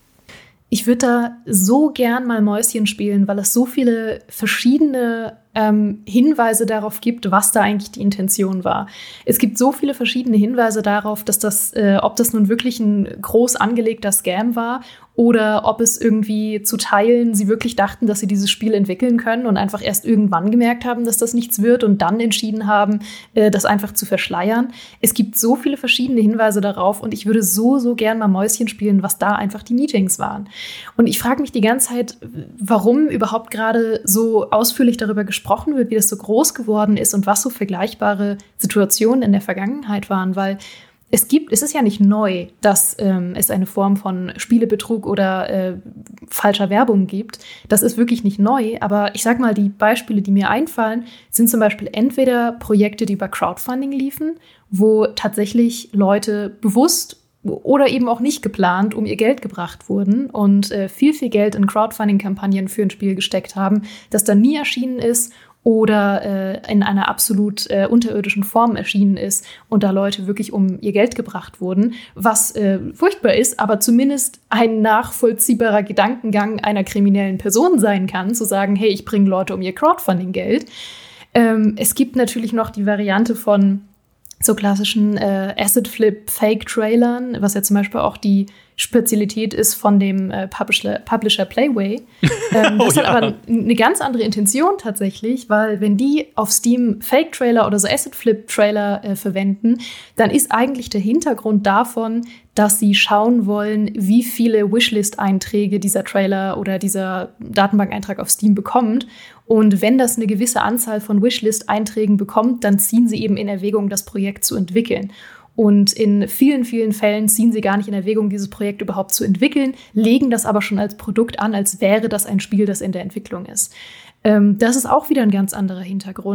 S1: Ich würde da so gern mal Mäuschen spielen, weil es so viele verschiedene ähm, Hinweise darauf gibt, was da eigentlich die Intention war. Es gibt so viele verschiedene Hinweise darauf, dass das, äh, ob das nun wirklich ein groß angelegter Scam war oder ob es irgendwie zu Teilen sie wirklich dachten, dass sie dieses Spiel entwickeln können und einfach erst irgendwann gemerkt haben, dass das nichts wird und dann entschieden haben, äh, das einfach zu verschleiern. Es gibt so viele verschiedene Hinweise darauf und ich würde so, so gern mal Mäuschen spielen, was da einfach die Meetings waren. Und ich frage mich die ganze Zeit, warum überhaupt gerade so ausführlich darüber gesprochen wird, wie das so groß geworden ist und was so vergleichbare Situationen in der Vergangenheit waren, weil Es gibt, es ist ja nicht neu, dass ähm, es eine Form von Spielebetrug oder äh, falscher Werbung gibt. Das ist wirklich nicht neu. Aber ich sag mal, die Beispiele, die mir einfallen, sind zum Beispiel entweder Projekte, die über Crowdfunding liefen, wo tatsächlich Leute bewusst oder eben auch nicht geplant um ihr Geld gebracht wurden und äh, viel, viel Geld in Crowdfunding-Kampagnen für ein Spiel gesteckt haben, das dann nie erschienen ist oder äh, in einer absolut äh, unterirdischen Form erschienen ist und da Leute wirklich um ihr Geld gebracht wurden, was äh, furchtbar ist, aber zumindest ein nachvollziehbarer Gedankengang einer kriminellen Person sein kann, zu sagen, hey, ich bringe Leute um ihr Crowdfunding-Geld. Ähm, es gibt natürlich noch die Variante von so klassischen äh, Asset-Flip-Fake-Trailern, was ja zum Beispiel auch die Spezialität ist von dem äh, Publisher, Publisher Playway. Ähm, das oh, ja. hat aber eine ganz andere Intention tatsächlich, weil wenn die auf Steam Fake-Trailer oder so Asset-Flip-Trailer äh, verwenden, dann ist eigentlich der Hintergrund davon, dass sie schauen wollen, wie viele Wishlist-Einträge dieser Trailer oder dieser Datenbank-Eintrag auf Steam bekommt. Und wenn das eine gewisse Anzahl von Wishlist-Einträgen bekommt, dann ziehen sie eben in Erwägung, das Projekt zu entwickeln. Und in vielen, vielen Fällen ziehen sie gar nicht in Erwägung, dieses Projekt überhaupt zu entwickeln, legen das aber schon als Produkt an, als wäre das ein Spiel, das in der Entwicklung ist. Ähm, das ist auch wieder ein ganz anderer Hintergrund.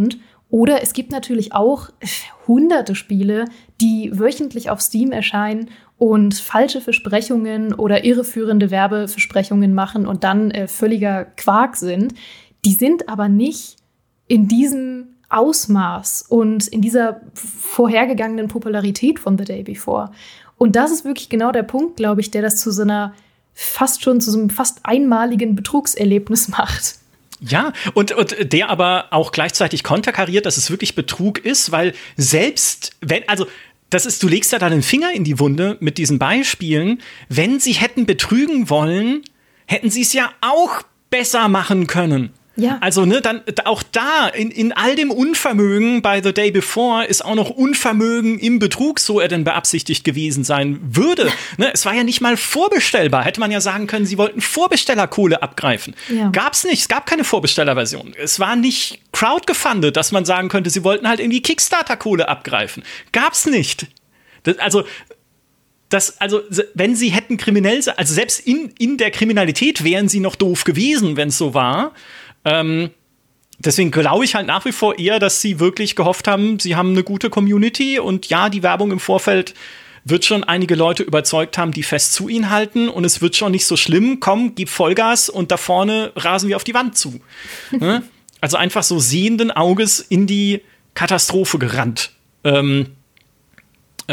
S1: Oder es gibt natürlich auch hunderte Spiele, die wöchentlich auf Steam erscheinen und falsche Versprechungen oder irreführende Werbeversprechungen machen und dann äh, völliger Quark sind. Die sind aber nicht in diesem Ausmaß und in dieser vorhergegangenen Popularität von The Day Before. Und das ist wirklich genau der Punkt, glaube ich, der das zu so einer fast schon zu so einem fast einmaligen Betrugserlebnis macht.
S3: Ja, und, und der aber auch gleichzeitig konterkariert, dass es wirklich Betrug ist, weil selbst wenn, also das ist, du legst ja da den Finger in die Wunde mit diesen Beispielen, wenn sie hätten betrügen wollen, hätten sie es ja auch besser machen können.
S1: Ja.
S3: Also, ne, dann auch da, in, in all dem Unvermögen bei The Day Before ist auch noch Unvermögen im Betrug, so er denn beabsichtigt gewesen sein würde. Ne, es war ja nicht mal vorbestellbar. Hätte man ja sagen können, sie wollten Vorbestellerkohle abgreifen. Ja. Gab's nicht, es gab keine Vorbestellerversion. Es war nicht crowdgefundet, dass man sagen könnte, sie wollten halt irgendwie Kickstarter-Kohle abgreifen. Gab's nicht. Das, also, Das, also, wenn sie hätten kriminell sein, also selbst in, in der Kriminalität wären sie noch doof gewesen, wenn es so war. Ähm, deswegen glaube ich halt nach wie vor eher, dass sie wirklich gehofft haben, sie haben eine gute Community und ja, die Werbung im Vorfeld wird schon einige Leute überzeugt haben, die fest zu ihnen halten und es wird schon nicht so schlimm, komm, gib Vollgas und da vorne rasen wir auf die Wand zu. Ne? Also einfach so sehenden Auges in die Katastrophe gerannt. Ähm, äh,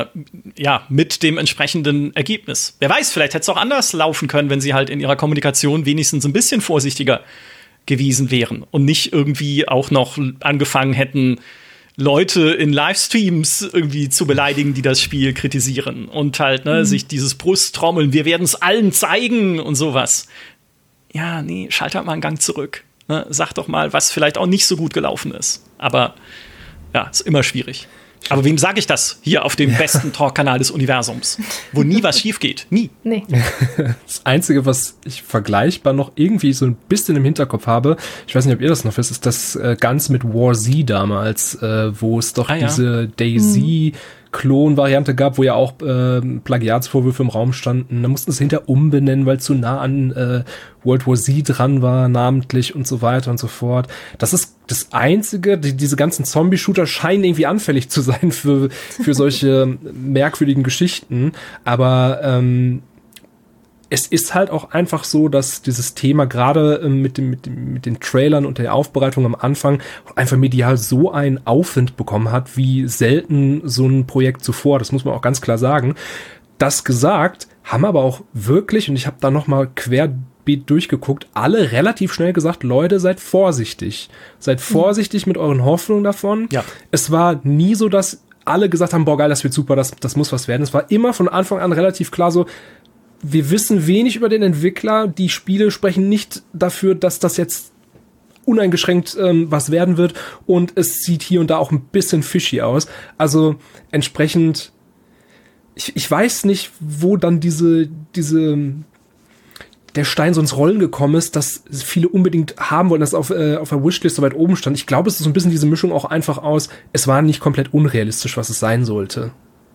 S3: ja, mit dem entsprechenden Ergebnis. Wer weiß, vielleicht hätte es auch anders laufen können, wenn sie halt in ihrer Kommunikation wenigstens ein bisschen vorsichtiger gewesen wären und nicht irgendwie auch noch angefangen hätten, Leute in Livestreams irgendwie zu beleidigen, die das Spiel kritisieren und halt, ne, mhm. sich dieses Brusttrommeln, wir werden es allen zeigen und sowas. Ja, nee, schalt halt mal einen Gang zurück. Ne? Sag doch mal, was vielleicht auch nicht so gut gelaufen ist. Aber ja, ist immer schwierig. Aber wem sage ich das? Hier auf dem ja. besten Talk-Kanal des Universums, wo nie was schief geht. Nie.
S1: Nee.
S2: Das Einzige, was ich vergleichbar noch irgendwie so ein bisschen im Hinterkopf habe, ich weiß nicht, ob ihr das noch wisst, ist das äh, Ganze mit War Z damals, äh, wo es doch
S3: ah, ja.
S2: diese DayZ Klon-Variante gab, wo ja auch äh, Plagiatsvorwürfe im Raum standen. Da mussten sie hinterher umbenennen, weil es zu nah an äh, World War Z dran war, namentlich und so weiter und so fort. Das ist das Einzige, die, diese ganzen Zombie-Shooter scheinen irgendwie anfällig zu sein für, für solche merkwürdigen Geschichten. Aber ähm, es ist halt auch einfach so, dass dieses Thema gerade äh, mit, dem, mit, dem, mit den Trailern und der Aufbereitung am Anfang einfach medial so einen Aufwind bekommen hat, wie selten so ein Projekt zuvor. Das muss man auch ganz klar sagen. Das gesagt, haben aber auch wirklich, und ich habe da noch mal querbeet durchgeguckt, alle relativ schnell gesagt, Leute, seid vorsichtig. Seid vorsichtig mit euren Hoffnungen davon.
S3: Ja.
S2: Es war nie so, dass alle gesagt haben, boah geil, das wird super, das, das muss was werden. Es war immer von Anfang an relativ klar so, wir wissen wenig über den Entwickler. Die Spiele sprechen nicht dafür, dass das jetzt uneingeschränkt ähm, was werden wird. Und es sieht hier und da auch ein bisschen fishy aus. Also entsprechend, ich, ich weiß nicht, wo dann diese, diese, der Stein so ins Rollen gekommen ist, dass viele unbedingt haben wollen, dass auf, äh, auf der Wishlist so weit oben stand. Ich glaube, es ist so ein bisschen diese Mischung auch einfach aus, es war nicht komplett unrealistisch, was es sein sollte.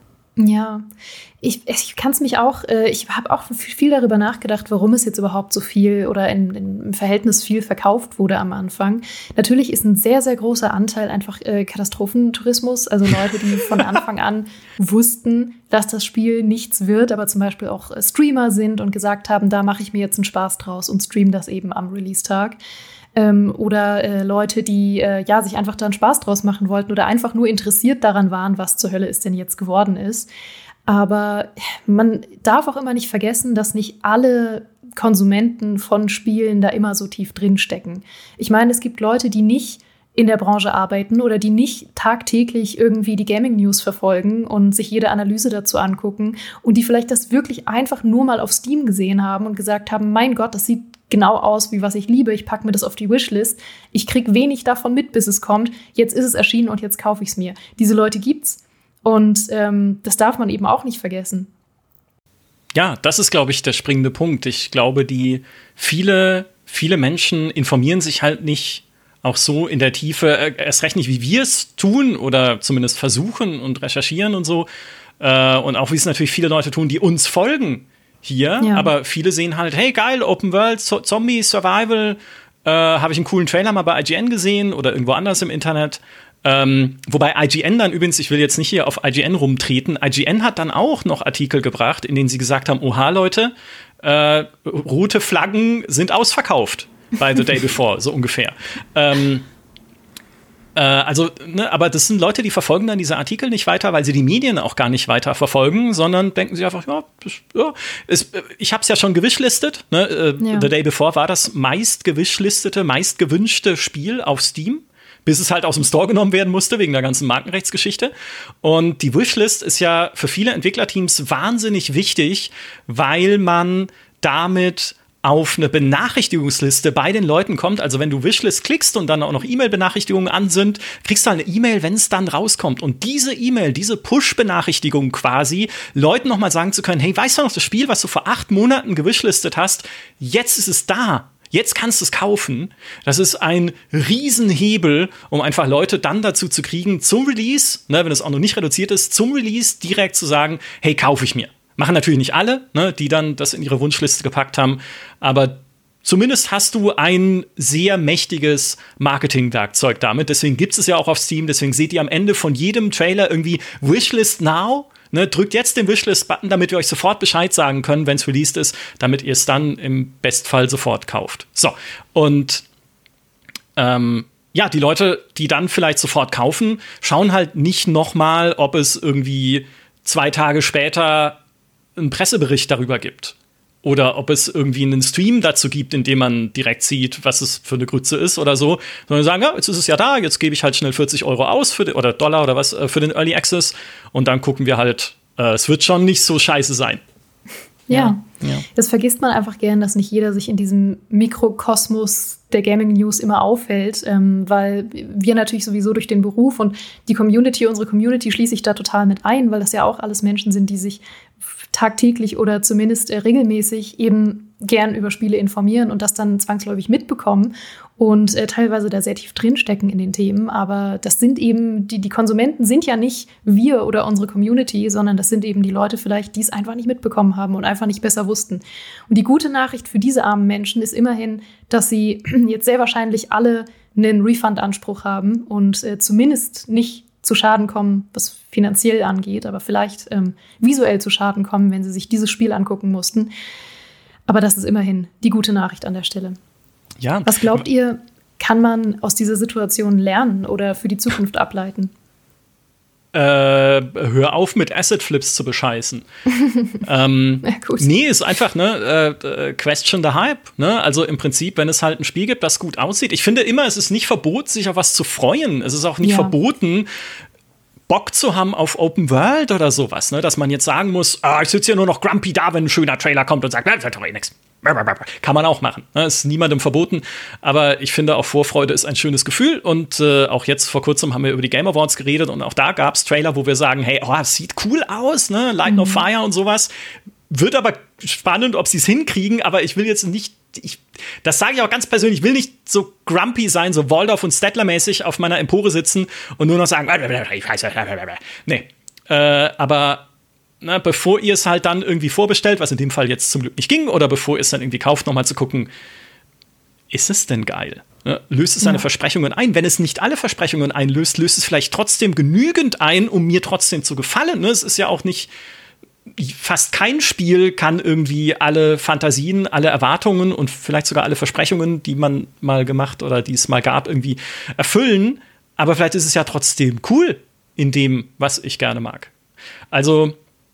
S1: Ja, ich, ich kann es mich auch, äh, ich habe auch viel darüber nachgedacht, warum es jetzt überhaupt so viel oder in, in, im Verhältnis viel verkauft wurde am Anfang. Natürlich ist ein sehr, sehr großer Anteil einfach äh, Katastrophentourismus, also Leute, die von Anfang an wussten, dass das Spiel nichts wird, aber zum Beispiel auch äh, Streamer sind und gesagt haben, da mache ich mir jetzt einen Spaß draus und stream das eben am Release-Tag. Ähm, oder äh, Leute, die äh, ja sich einfach da einen Spaß draus machen wollten oder einfach nur interessiert daran waren, was zur Hölle es denn jetzt geworden ist. Aber man darf auch immer nicht vergessen, dass nicht alle Konsumenten von Spielen da immer so tief drinstecken. Ich meine, es gibt Leute, die nicht in der Branche arbeiten oder die nicht tagtäglich irgendwie die Gaming-News verfolgen und sich jede Analyse dazu angucken und die vielleicht das wirklich einfach nur mal auf Steam gesehen haben und gesagt haben, mein Gott, das sieht genau aus, wie was ich liebe. Ich packe mir das auf die Wishlist. Ich krieg wenig davon mit, bis es kommt. Jetzt ist es erschienen und jetzt kaufe ich es mir. Diese Leute gibt's. Und ähm, das darf man eben auch nicht vergessen.
S3: Ja, das ist, glaube ich, der springende Punkt. Ich glaube, die viele, viele Menschen informieren sich halt nicht auch so in der Tiefe, erst recht nicht, wie wir es tun oder zumindest versuchen und recherchieren und so. Äh, und auch, wie es natürlich viele Leute tun, die uns folgen hier. Ja. Aber viele sehen halt, hey, geil, Open World, so- Zombie, Survival, äh, habe ich einen coolen Trailer mal bei I G N gesehen oder irgendwo anders im Internet. Ähm, wobei I G N dann übrigens, ich will jetzt nicht hier auf I G N rumtreten, I G N hat dann auch noch Artikel gebracht, in denen sie gesagt haben, oha Leute, äh, rote Flaggen sind ausverkauft bei The Day Before, so ungefähr. Ähm, äh, also, ne, aber das sind Leute, die verfolgen dann diese Artikel nicht weiter, weil sie die Medien auch gar nicht weiter verfolgen, sondern denken sie einfach, ja, das, ja ist, ich habe es ja schon gewishlistet, ne? äh,
S1: ja.
S3: The Day Before war das meist gewishlistete, meist gewünschte Spiel auf Steam, bis es halt aus dem Store genommen werden musste, wegen der ganzen Markenrechtsgeschichte. Und die Wishlist ist ja für viele Entwicklerteams wahnsinnig wichtig, weil man damit auf eine Benachrichtigungsliste bei den Leuten kommt. Also wenn du Wishlist klickst und dann auch noch E-Mail-Benachrichtigungen an sind, kriegst du halt eine E-Mail, wenn es dann rauskommt. Und diese E-Mail, diese Push-Benachrichtigung quasi, Leuten noch mal sagen zu können, hey, weißt du noch, das Spiel, was du vor acht Monaten gewishlistet hast, jetzt ist es da. Jetzt kannst du es kaufen. Das ist ein Riesenhebel, um einfach Leute dann dazu zu kriegen, zum Release, ne, wenn es auch noch nicht reduziert ist, zum Release direkt zu sagen, hey, kaufe ich mir. Machen natürlich nicht alle, ne, die dann das in ihre Wunschliste gepackt haben, aber zumindest hast du ein sehr mächtiges Marketingwerkzeug damit. Deswegen gibt es ja auch auf Steam, deswegen seht ihr am Ende von jedem Trailer irgendwie Wishlist Now. Ne, drückt jetzt den Wishlist-Button, damit wir euch sofort Bescheid sagen können, wenn es released ist, damit ihr es dann im Bestfall sofort kauft. So, und ähm, ja, die Leute, die dann vielleicht sofort kaufen, schauen halt nicht noch mal, ob es irgendwie zwei Tage später einen Pressebericht darüber gibt. Oder ob es irgendwie einen Stream dazu gibt, in dem man direkt sieht, was es für eine Grütze ist oder so. Sondern sagen, ja, jetzt ist es ja da, jetzt gebe ich halt schnell vierzig Euro aus für den, oder Dollar oder was äh, für den Early Access. Und dann gucken wir halt, äh, es wird schon nicht so scheiße sein.
S1: Ja.
S3: Ja.
S1: Das vergisst man einfach gern, dass nicht jeder sich in diesem Mikrokosmos der Gaming-News immer aufhält, ähm, weil wir natürlich sowieso durch den Beruf und die Community, unsere Community schließe ich da total mit ein, weil das ja auch alles Menschen sind, die sich tagtäglich oder zumindest äh, regelmäßig eben gern über Spiele informieren und das dann zwangsläufig mitbekommen und äh, teilweise da sehr tief drinstecken in den Themen. Aber das sind eben, die, die Konsumenten sind ja nicht wir oder unsere Community, sondern das sind eben die Leute vielleicht, die es einfach nicht mitbekommen haben und einfach nicht besser wussten. Und die gute Nachricht für diese armen Menschen ist immerhin, dass sie jetzt sehr wahrscheinlich alle einen Refund-Anspruch haben und äh, zumindest nicht zu Schaden kommen, was finanziell angeht, aber vielleicht ähm, visuell zu Schaden kommen, wenn sie sich dieses Spiel angucken mussten. Aber das ist immerhin die gute Nachricht an der Stelle.
S3: Ja.
S1: Was glaubt ihr, kann man aus dieser Situation lernen oder für die Zukunft ableiten?
S3: Äh, hör auf, mit Asset-Flips zu bescheißen. ähm,
S1: ja, gut.
S3: Nee, ist einfach, ne, äh, question the hype. Ne? Also im Prinzip, wenn es halt ein Spiel gibt, das gut aussieht. Ich finde immer, es ist nicht verboten, sich auf was zu freuen. Es ist auch nicht
S1: ja.
S3: verboten, Bock zu haben auf Open World oder sowas, ne? Dass man jetzt sagen muss, ah, ich sitze hier nur noch grumpy da, wenn ein schöner Trailer kommt und sagt, das ist doch eh nix. Kann man auch machen. Ne? Ist niemandem verboten. Aber ich finde, auch Vorfreude ist ein schönes Gefühl. Und äh, auch jetzt vor kurzem haben wir über die Game Awards geredet und auch da gab es Trailer, wo wir sagen, hey, oh, das sieht cool aus, ne? Light No Fire und sowas. Wird aber spannend, ob sie es hinkriegen, aber ich will jetzt nicht, ich, das sage ich auch ganz persönlich, ich will nicht so grumpy sein, so Waldorf und Stettler-mäßig auf meiner Empore sitzen und nur noch sagen, nee. Äh, aber na, bevor ihr es halt dann irgendwie vorbestellt, was in dem Fall jetzt zum Glück nicht ging, oder bevor ihr es dann irgendwie kauft, nochmal zu gucken, ist es denn geil? Ne? Löst es seine ja. Versprechungen ein? Wenn es nicht alle Versprechungen einlöst, löst es vielleicht trotzdem genügend ein, um mir trotzdem zu gefallen. Ne? Es ist ja auch nicht fast kein Spiel kann irgendwie alle Fantasien, alle Erwartungen und vielleicht sogar alle Versprechungen, die man mal gemacht oder die es mal gab, irgendwie erfüllen. Aber vielleicht ist es ja trotzdem cool in dem, was ich gerne mag. Also,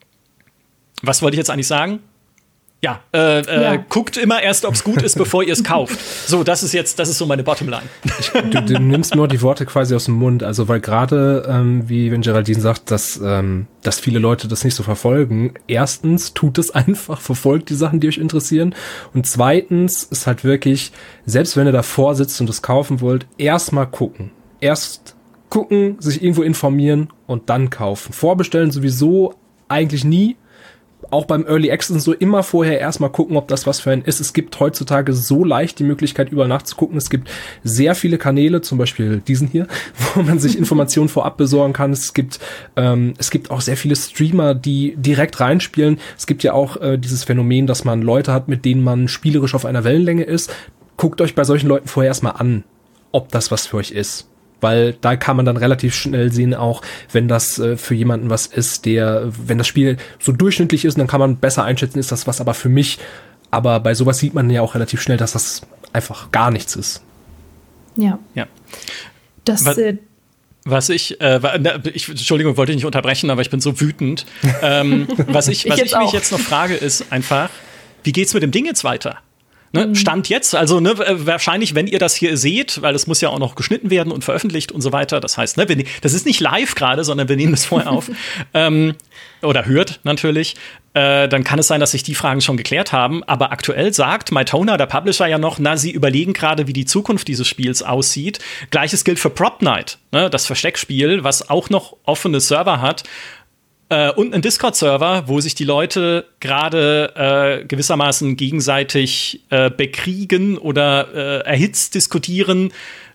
S3: was wollte ich jetzt eigentlich sagen? Ja, äh, äh, ja. guckt immer erst, ob es gut ist, bevor ihr es kauft. So, das ist jetzt, das ist so meine Bottomline.
S2: Du, du nimmst nur die Worte quasi aus dem Mund. Also, weil gerade, ähm, wie wenn Geraldine sagt, dass, ähm, dass viele Leute das nicht so verfolgen. Erstens, tut es einfach, verfolgt die Sachen, die euch interessieren. Und zweitens ist halt wirklich, selbst wenn ihr davor sitzt und es kaufen wollt, erst mal gucken. Erst gucken, sich irgendwo informieren und dann kaufen. Vorbestellen sowieso eigentlich nie. Auch beim Early Access so immer vorher erstmal gucken, ob das was für einen ist. Es gibt heutzutage so leicht die Möglichkeit, überall nachzugucken. Es gibt sehr viele Kanäle, zum Beispiel diesen hier, wo man sich Informationen vorab besorgen kann. Es gibt ähm, es gibt auch sehr viele Streamer, die direkt reinspielen. Es gibt ja auch äh, dieses Phänomen, dass man Leute hat, mit denen man spielerisch auf einer Wellenlänge ist. guckt euch bei solchen Leuten vorher erstmal an, ob das was für euch ist. Weil da kann man dann relativ schnell sehen, auch wenn das äh, für jemanden was ist, der, wenn das Spiel so durchschnittlich ist, dann kann man besser einschätzen, ist das was aber für mich. Aber bei sowas sieht man ja auch relativ schnell, dass das einfach gar nichts ist.
S1: Ja.
S3: Ja.
S1: Das,
S3: was,
S1: äh,
S3: was ich, äh, ich, Entschuldigung, wollte ich nicht unterbrechen, aber ich bin so wütend. ähm, was ich, was ich, ich mich jetzt noch frage, ist einfach, wie geht's mit dem Ding jetzt weiter? Ne, Stand jetzt, also ne, wahrscheinlich, wenn ihr das hier seht, weil es muss ja auch noch geschnitten werden und veröffentlicht und so weiter. Das heißt, ne, wir, das ist nicht live gerade, sondern wir nehmen das vorher auf. ähm, oder hört natürlich. Äh, dann kann es sein, dass sich die Fragen schon geklärt haben. Aber aktuell sagt Mytona, der Publisher, ja noch, na, sie überlegen gerade, wie die Zukunft dieses Spiels aussieht. Gleiches gilt für Prop Night, ne, das Versteckspiel, was auch noch offene Server hat. Äh, und einen Discord-Server, wo sich die Leute gerade äh, gewissermaßen gegenseitig äh, bekriegen oder äh, erhitzt diskutieren,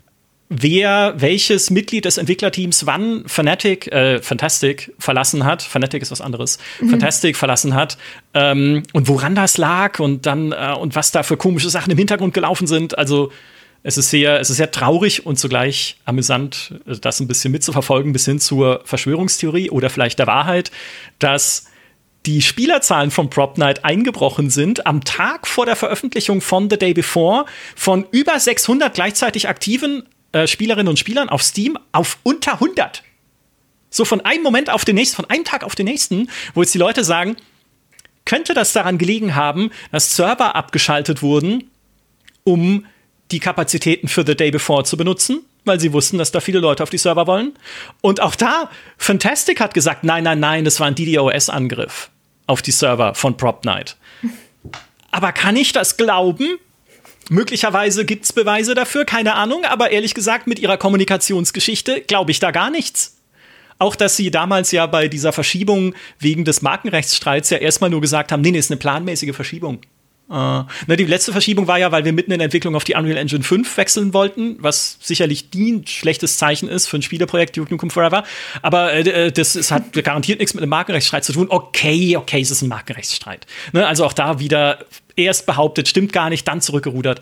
S3: wer welches Mitglied des Entwicklerteams wann Fnatic, äh, Fantastic verlassen hat. Fnatic ist was anderes. Mhm. Fantastic verlassen hat. Ähm, und woran das lag und dann äh, und was da für komische Sachen im Hintergrund gelaufen sind. Also Es ist sehr, es ist sehr traurig und zugleich amüsant, das ein bisschen mitzuverfolgen, bis hin zur Verschwörungstheorie oder vielleicht der Wahrheit, dass die Spielerzahlen von Prop Night eingebrochen sind am Tag vor der Veröffentlichung von The Day Before von über sechshundert gleichzeitig aktiven äh, Spielerinnen und Spielern auf Steam auf unter hundert. So von einem Moment auf den nächsten, von einem Tag auf den nächsten, wo jetzt die Leute sagen, könnte das daran gelegen haben, dass Server abgeschaltet wurden, um die Kapazitäten für The Day Before zu benutzen, weil sie wussten, dass da viele Leute auf die Server wollen. Und auch da, Fantastic hat gesagt, nein, nein, nein, das war ein DDoS-Angriff auf die Server von Prop Night. Aber kann ich das glauben? Möglicherweise gibt es Beweise dafür, keine Ahnung, aber ehrlich gesagt, mit ihrer Kommunikationsgeschichte glaube ich da gar nichts. Auch, dass sie damals ja bei dieser Verschiebung wegen des Markenrechtsstreits ja erstmal nur gesagt haben, nee, nee, ist eine planmäßige Verschiebung. Uh, ne, die letzte Verschiebung war ja, weil wir mitten in der Entwicklung auf die Unreal Engine fünf wechseln wollten, was sicherlich nie ein schlechtes Zeichen ist für ein Spieleprojekt Duke Nukem Forever. Aber äh, das es hat garantiert nichts mit einem Markenrechtsstreit zu tun. Okay, okay, es ist ein Markenrechtsstreit. Ne, also auch da wieder erst behauptet, stimmt gar nicht, dann zurückgerudert.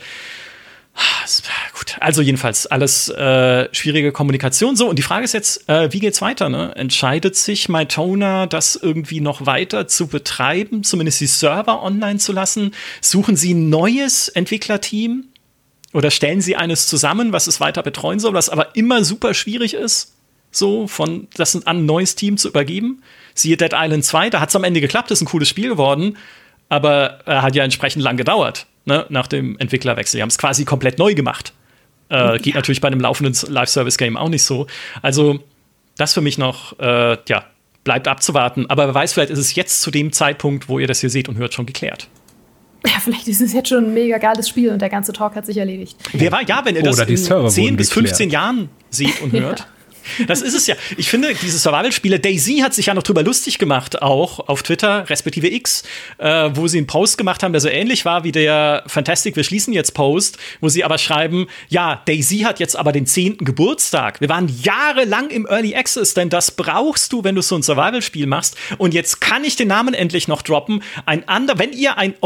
S3: Gut, also jedenfalls alles äh, schwierige Kommunikation. So, und die Frage ist jetzt, äh, wie geht's weiter? Ne? Entscheidet sich Mytona, das irgendwie noch weiter zu betreiben, zumindest die Server online zu lassen? Suchen sie ein neues Entwicklerteam? Oder stellen sie eines zusammen, was es weiter betreuen soll, was aber immer super schwierig ist, so von das an ein neues Team zu übergeben? Siehe Dead Island zwei, da hat es am Ende geklappt, ist ein cooles Spiel geworden, aber äh, hat ja entsprechend lang gedauert. Ne, nach dem Entwicklerwechsel. Die haben es quasi komplett neu gemacht. Äh, ja. Geht natürlich bei einem laufenden Live-Service-Game auch nicht so. Also, das für mich noch, äh, ja, bleibt abzuwarten. Aber wer weiß, vielleicht ist es jetzt zu dem Zeitpunkt, wo ihr das hier seht und hört, schon geklärt.
S1: Ja, vielleicht ist es jetzt schon ein mega geiles Spiel und der ganze Talk hat sich erledigt.
S3: Wer war, ja, wenn ihr das in zehn bis fünfzehn Jahren seht und hört. Ja. Das ist es ja. Ich finde, diese Survival-Spiele, DayZ hat sich ja noch drüber lustig gemacht, auch auf Twitter, respektive X, äh, wo sie einen Post gemacht haben, der so ähnlich war wie der Fantastic, wir schließen jetzt Post, wo sie aber schreiben, ja, DayZ hat jetzt aber den zehnten Geburtstag. Wir waren jahrelang im Early Access, denn das brauchst du, wenn du so ein Survival-Spiel machst. Und jetzt kann ich den Namen endlich noch droppen. Ein ander, wenn ihr ein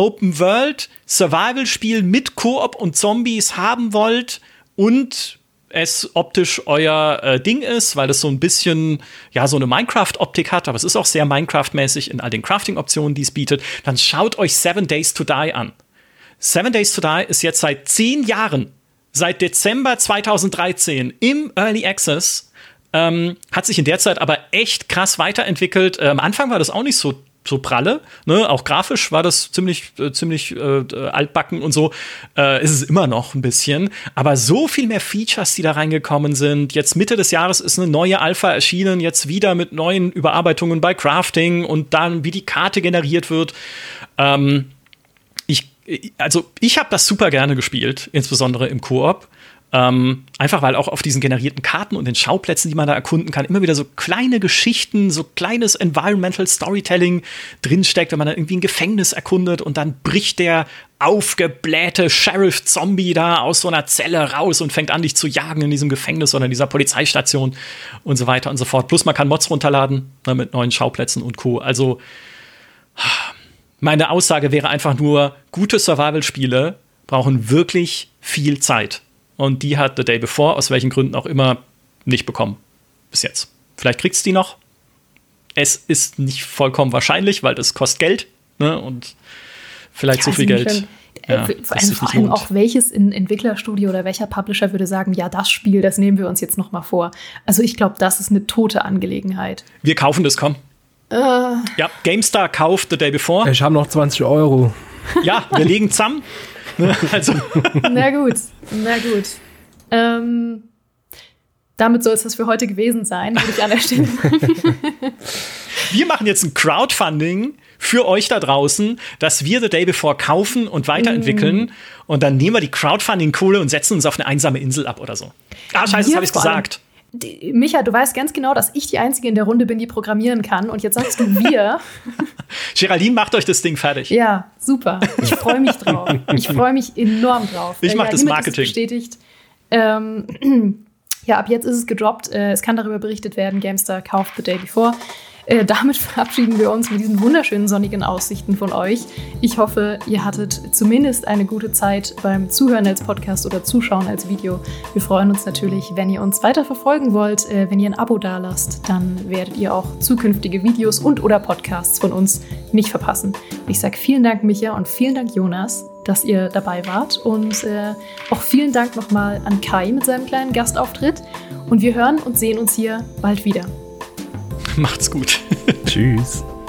S3: Open-World-Survival-Spiel mit Koop und Zombies haben wollt und es optisch euer äh, Ding ist, weil es so ein bisschen, ja, so eine Minecraft-Optik hat, aber es ist auch sehr Minecraft-mäßig in all den Crafting-Optionen, die es bietet, dann schaut euch Seven Days to Die an. Seven Days to Die ist jetzt seit zehn Jahren, seit Dezember zweitausenddreizehn im Early Access, ähm, hat sich in der Zeit aber echt krass weiterentwickelt. Äh, am Anfang war das auch nicht so so pralle, ne? Auch grafisch war das ziemlich, äh, ziemlich äh, altbacken und so. Äh, ist es immer noch ein bisschen. Aber so viel mehr Features, die da reingekommen sind. Jetzt Mitte des Jahres ist eine neue Alpha erschienen, jetzt wieder mit neuen Überarbeitungen bei Crafting und dann, wie die Karte generiert wird. Ähm, ich, also, ich habe das super gerne gespielt, insbesondere im Koop. Ähm, einfach weil auch auf diesen generierten Karten und den Schauplätzen, die man da erkunden kann, immer wieder so kleine Geschichten, so kleines Environmental Storytelling drinsteckt, wenn man dann irgendwie ein Gefängnis erkundet und dann bricht der aufgeblähte Sheriff-Zombie da aus so einer Zelle raus und fängt an, dich zu jagen in diesem Gefängnis oder in dieser Polizeistation und so weiter und so fort. Plus man kann Mods runterladen, ne, mit neuen Schauplätzen und Co. Also meine Aussage wäre einfach nur, gute Survival-Spiele brauchen wirklich viel Zeit. Und die hat The Day Before, aus welchen Gründen auch immer, nicht bekommen. Bis jetzt. Vielleicht kriegst du die noch. Es ist nicht vollkommen wahrscheinlich, weil das kostet Geld. Ne? Und vielleicht ja, so viel Geld.
S1: Ja, vor allem, vor allem auch welches in Entwicklerstudio oder welcher Publisher würde sagen, ja, das Spiel, das nehmen wir uns jetzt noch mal vor. Also ich glaube, das ist eine tote Angelegenheit.
S3: Wir kaufen das, komm. Äh. Ja, GameStar kauft The Day Before.
S2: Ich habe noch zwanzig Euro.
S3: Ja, wir legen zusammen. Also.
S1: Na gut, na gut. Ähm, damit soll es das für heute gewesen sein, würde ich an der Stelle sagen.
S3: Wir machen jetzt ein Crowdfunding für euch da draußen, dass wir The Day Before kaufen und weiterentwickeln. Mm. Und dann nehmen wir die Crowdfunding-Kohle und setzen uns auf eine einsame Insel ab oder so. Ah, scheiße, das habe ich gesagt.
S1: Die, Micha, du weißt ganz genau, dass ich die Einzige in der Runde bin, die programmieren kann. Und jetzt sagst du wir.
S3: Geraldine, macht euch das Ding fertig.
S1: Ja, super. Ich freue mich drauf. Ich freue mich enorm drauf.
S3: Ich mache ja, das Marketing.
S1: Ist bestätigt. Ähm, ja, ab jetzt ist es gedroppt. Äh, es kann darüber berichtet werden. GameStar kauft The Day Before. Äh, damit verabschieden wir uns mit diesen wunderschönen sonnigen Aussichten von euch. Ich hoffe, ihr hattet zumindest eine gute Zeit beim Zuhören als Podcast oder Zuschauen als Video. Wir freuen uns natürlich, wenn ihr uns weiter verfolgen wollt. Äh, wenn ihr ein Abo dalasst, dann werdet ihr auch zukünftige Videos und oder Podcasts von uns nicht verpassen. Ich sage vielen Dank, Micha, und vielen Dank, Jonas, dass ihr dabei wart. Und äh, auch vielen Dank nochmal an Kai mit seinem kleinen Gastauftritt. Und wir hören und sehen uns hier bald wieder.
S3: Macht's gut.
S2: Tschüss.